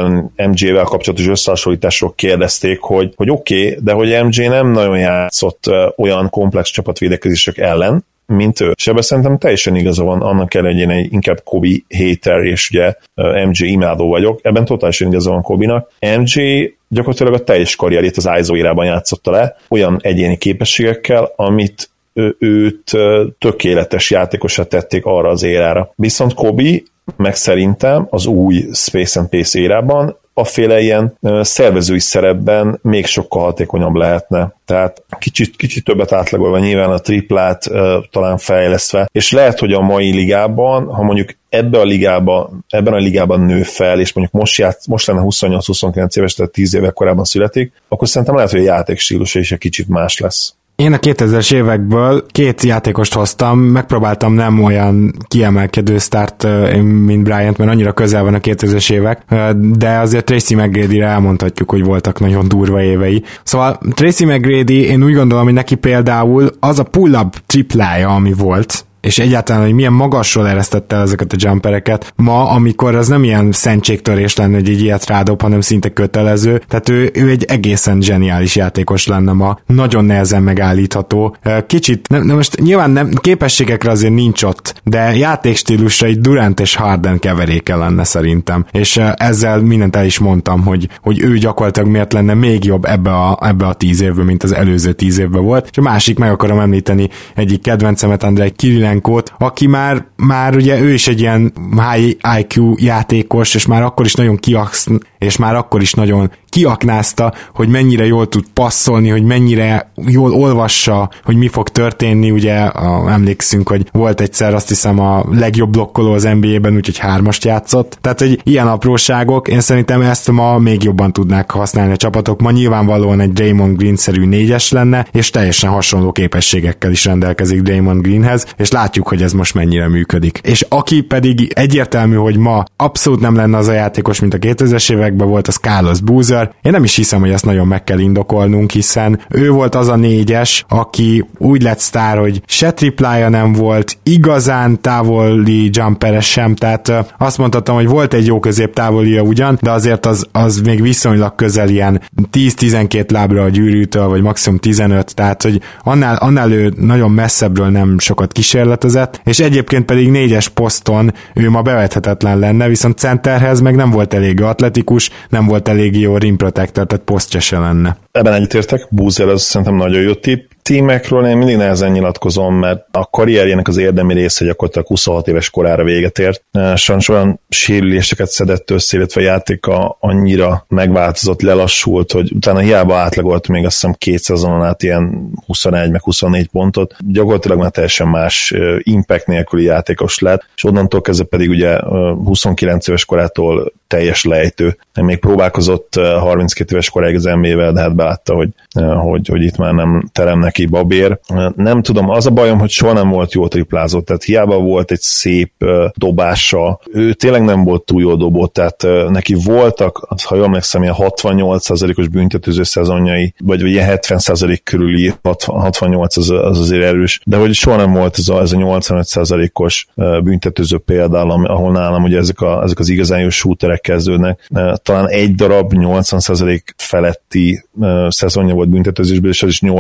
MJ-vel kapcsolatos összehasonlításról kérdezték, hogy oké, de hogy MJ nem nagyon játszott olyan komplex csapatvédekezések ellen, mint ő. És ebben szerintem teljesen igaza van, annak ellenére, hogy én inkább Kobe hater, és ugye MJ imádó vagyok, ebben totálisan igaza van Kobe-nak. MJ gyakorlatilag a teljes karrierjét az ISO érában játszotta le, olyan egyéni képességekkel, amit őt tökéletes játékosra tették arra az érára. Viszont Kobe meg szerintem az új Space and Pace érában afféle ilyen szervezői szerepben még sokkal hatékonyabb lehetne. Tehát kicsit többet átlagolva nyilván a triplát talán fejlesztve, és lehet, hogy a mai ligában, ha mondjuk ebben a ligában nő fel, és mondjuk most lenne 28-29 éves, tehát 10 éve korábban születik, akkor szerintem lehet, hogy a játékstílusa is egy kicsit más lesz. Én a 2000-es évekből 2 játékost hoztam, megpróbáltam nem olyan kiemelkedő sztárt, mint Bryant, mert annyira közel van a 2000-es évek, de azért Tracy McGrady-re elmondhatjuk, hogy voltak nagyon durva évei. Szóval Tracy McGrady, én úgy gondolom, hogy neki például az a pull-up triplája, ami volt, és egyáltalán, hogy milyen magasról eresztette el ezeket a jumpereket ma, amikor az nem ilyen szentségtörés lenne, hogy egy ilyet rádob, hanem szinte kötelező. Tehát ő egy egészen zseniális játékos lenne ma. Nagyon nehezen megállítható. Kicsit, most nyilván nem, képességekre azért nincs ott, de játékstílusra egy Durant és Harden keveréke lenne szerintem. És ezzel mindent el is mondtam, hogy ő gyakorlatilag miért lenne még jobb ebbe a 10 évben, mint az előző 10 évben volt. És a másik, meg akarom említeni egyik kedvencemet, Andrei Kirilenkót, aki már ugye ő is egy ilyen high IQ játékos, és már akkor is nagyon kiaknázta, hogy mennyire jól tud passzolni, hogy mennyire jól olvassa, hogy mi fog történni. Ugye emlékszünk, hogy volt egyszer, azt hiszem, a legjobb blokkoló az NBA-ben, úgyhogy 3-ast játszott. Tehát, hogy ilyen apróságok, én szerintem ezt ma még jobban tudnák használni a csapatok. Ma nyilvánvalóan egy Draymond Green-szerű 4-es lenne, és teljesen hasonló képességekkel is rendelkezik Draymond Greenhez, és látjuk, hogy ez most mennyire működik. És aki pedig egyértelmű, hogy ma abszolút nem lenne az a játékos, mint a 2000-es években volt, az Carlos Boozer. Én nem is hiszem, hogy ezt nagyon meg kell indokolnunk, hiszen ő volt az a 4-es, aki úgy lett sztár, hogy se triplája nem volt, igazán távoli jumperes sem, tehát azt mondhatom, hogy volt egy jó középtávolija ugyan, de azért az még viszonylag közel ilyen 10-12 lábra a gyűrűtől, vagy maximum 15, tehát hogy annál ő nagyon messzebbről nem sokat kísérletezett, és egyébként pedig 4-es poszton ő ma bevethetetlen lenne, viszont centerhez meg nem volt elég atletikus, nem volt elég jó rim protector, tehát posztja se lenne. Ebben egyetértek, Boozer az szerintem nagyon jó tipp. Tímekről én mindig nehezen nyilatkozom, mert a karrierjének az érdemi része gyakorlatilag 26 éves korára véget ért. Sajnos olyan sérüléseket szedett össze, illetve a játéka annyira megváltozott, lelassult, hogy utána hiába átlagolt még azt hiszem 2 szezonon át ilyen 21 meg 24 pontot, gyakorlatilag már teljesen más impact nélküli játékos lett, és onnantól kezdve pedig ugye 29 éves korától teljes lejtő. Még próbálkozott 32 éves koráig az NBA-vel, de hát belátta, hogy itt már nem terem neki babér. Nem tudom, az a bajom, hogy soha nem volt jó triplázó, tehát hiába volt egy szép dobása, ő tényleg nem volt túl jó dobó, tehát neki voltak, ha jól emlékszem, ilyen 68%-os büntetőző szezonjai, vagy ilyen 70% körüli, 68 az azért erős, de hogy soha nem volt ez a 85%-os büntetőző például, ahol nálam ugye ezek az igazán jó shooterek kezdődnek. Talán egy darab 80% feletti szezonja volt büntetőzésből, és az is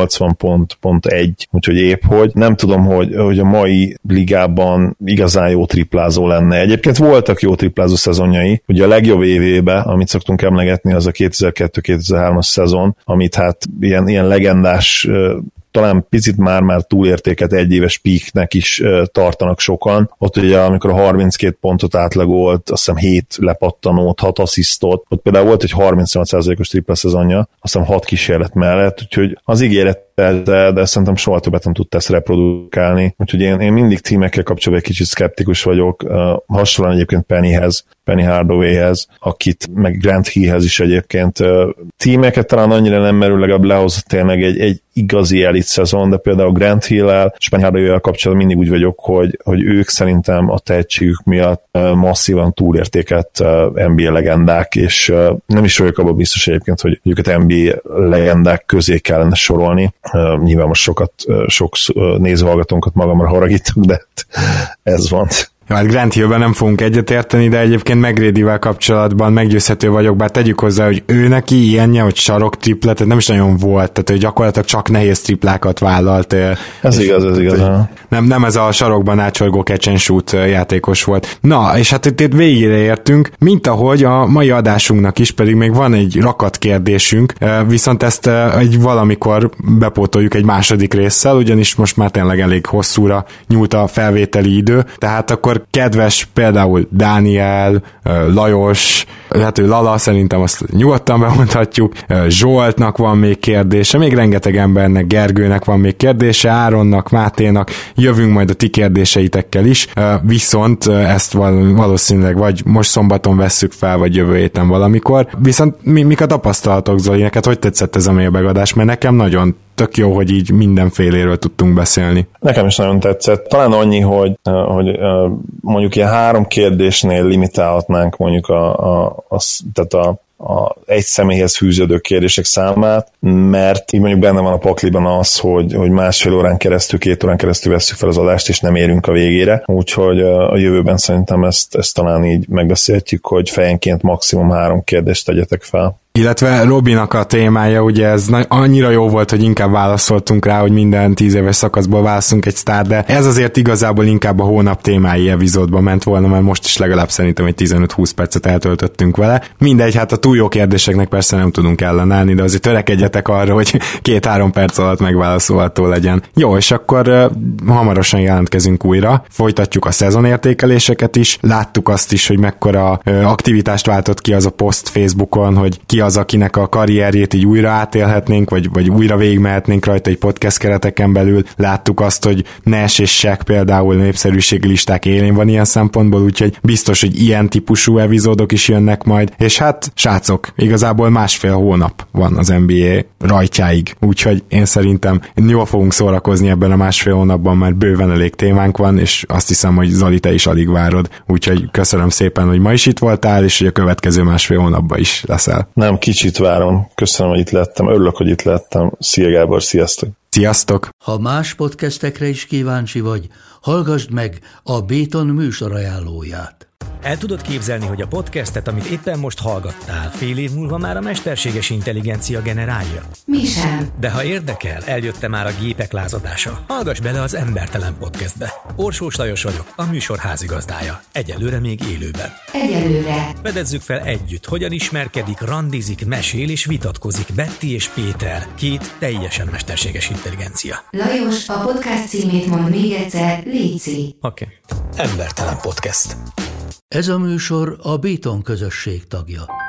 80.1, úgyhogy épp hogy. Nem tudom, hogy a mai ligában igazán jó triplázó lenne. Egyébként voltak jó triplázó szezonjai, ugye a legjobb évében, amit szoktunk emlegetni, az a 2002-2003-as szezon, amit hát ilyen legendás, talán picit már túlértéket egyéves peaknek is tartanak sokan. Ott ugye, amikor a 32 pontot átlagolt, azt hiszem 7 lepattanót, 6 asszisztot, ott például volt egy 38%-os tripla szezonja, azt hiszem 6 kísérlet mellett, úgyhogy az ígéret, de szerintem soha többet nem tudta ezt reprodukálni. Úgyhogy én mindig tímekkel kapcsolatban egy kicsit szkeptikus vagyok, hasonlóan egyébként Penny Hardawayhez, akit meg Grant Hillhez is egyébként. Tímeket talán annyira nem merül, legalább lehozott tényleg egy igazi elit szezon, de például Grant Hill-el és Penny Hardaway-el kapcsolatban mindig úgy vagyok, hogy ők szerintem a tehetségük miatt masszívan túlértéket NBA legendák, és nem is vagyok abban biztos egyébként, hogy őket NBA legendák közé kellene sorolni. Nyilván most sok nézőhallgatónkat magamra haragítok, de ez van. Ja, hát Grant Hillben nem fogunk egyetérteni, de egyébként McGrady-vel kapcsolatban meggyőzhető vagyok, bár tegyük hozzá, hogy ő neki ilyenje, hogy sarok triplet, nem is nagyon volt, tehát ő gyakorlatilag csak nehéz triplákat vállalt. Ez igaz. Nem ez a sarokban átcsorgó catch and shoot játékos volt. Na, és hát itt végére értünk, mint ahogy a mai adásunknak is, pedig még van egy rakat kérdésünk, viszont ezt egy valamikor bepótoljuk egy második résszel, ugyanis most már tényleg elég hosszúra nyúlt a felvételi idő, tehát akkor akkor kedves például Dániel, Lajos, hát ő Lala, szerintem azt nyugodtan bemondhatjuk, Zsoltnak van még kérdése, még rengeteg embernek, Gergőnek van még kérdése, Áronnak, Máténak, jövünk majd a ti kérdéseitekkel is, viszont ezt valószínűleg vagy most szombaton vesszük fel, vagy jövő héten valamikor. Viszont mik a tapasztalatok, Zoli? Neked hogy tetszett ez a mailbagadás? Mert nekem nagyon tök jó, hogy így mindenféléről tudtunk beszélni. Nekem is nagyon tetszett. Talán annyi, hogy mondjuk ilyen 3 kérdésnél limitálhatnánk mondjuk a egy személyhez fűződő kérdések számát, mert így mondjuk benne van a pakliban az, hogy másfél órán keresztül, 2 órán keresztül vesszük fel az adást, és nem érünk a végére. Úgyhogy a jövőben szerintem ezt talán így megbeszéltjük, hogy fejenként maximum 3 kérdést tegyetek fel. Illetve Robinak a témája, ugye ez annyira jó volt, hogy inkább válaszoltunk rá, hogy minden 10 éves szakaszból válaszunk egy sztár, de ez azért igazából inkább a hónap témái epizódba ment volna, mert most is legalább szerintem egy 15-20 percet eltöltöttünk vele. Mindegy, hát a túl jó kérdéseknek persze nem tudunk ellenállni, de azért törekedjetek arra, hogy 2-3 perc alatt megválaszolható legyen. Jó, és akkor hamarosan jelentkezünk újra, folytatjuk a szezonértékeléseket is, láttuk azt is, hogy mekkora aktivitást váltott ki az a poszt Facebookon, hogy ki az, akinek a karrierjét így újra átélhetnénk, vagy újra végigmehetnénk rajta egy podcast kereteken belül. Láttuk azt, hogy Nash és Shaq például népszerűségi listák élén van ilyen szempontból, úgyhogy biztos, hogy ilyen típusú epizódok is jönnek majd. És hát, srácok, igazából 1,5 hónap van az NBA rajtjáig, úgyhogy én szerintem jól fogunk szórakozni ebben a 1,5 hónapban, mert bőven elég témánk van, és azt hiszem, hogy Zoli, te is alig várod. Úgyhogy köszönöm szépen, hogy ma is itt voltál, és hogy a következő 1,5 hónapban is leszel. Nem, kicsit várom. Köszönöm, hogy itt lettem. Örülök, hogy itt lettem. Szia Gábor, sziasztok! Sziasztok! Ha más podcastekre is kíváncsi vagy, hallgassd meg a Béton műsor ajánlóját. El tudod képzelni, hogy a podcastet, amit éppen most hallgattál, fél év múlva már a mesterséges intelligencia generálja? Mi sem. De ha érdekel, eljött már a gépek lázadása. Hallgass bele az Embertelen Podcastbe. Orsós Lajos vagyok, a műsor házigazdája. Egyelőre még élőben. Egyelőre. Fedezzük fel együtt, hogyan ismerkedik, randizik, mesél és vitatkozik Betty és Péter, 2 teljesen mesterséges intelligencia. Lajos, a podcast címét mondd még egyszer, léci. Oké. Embertelen Podcast. Ez a műsor a Béton közösség tagja.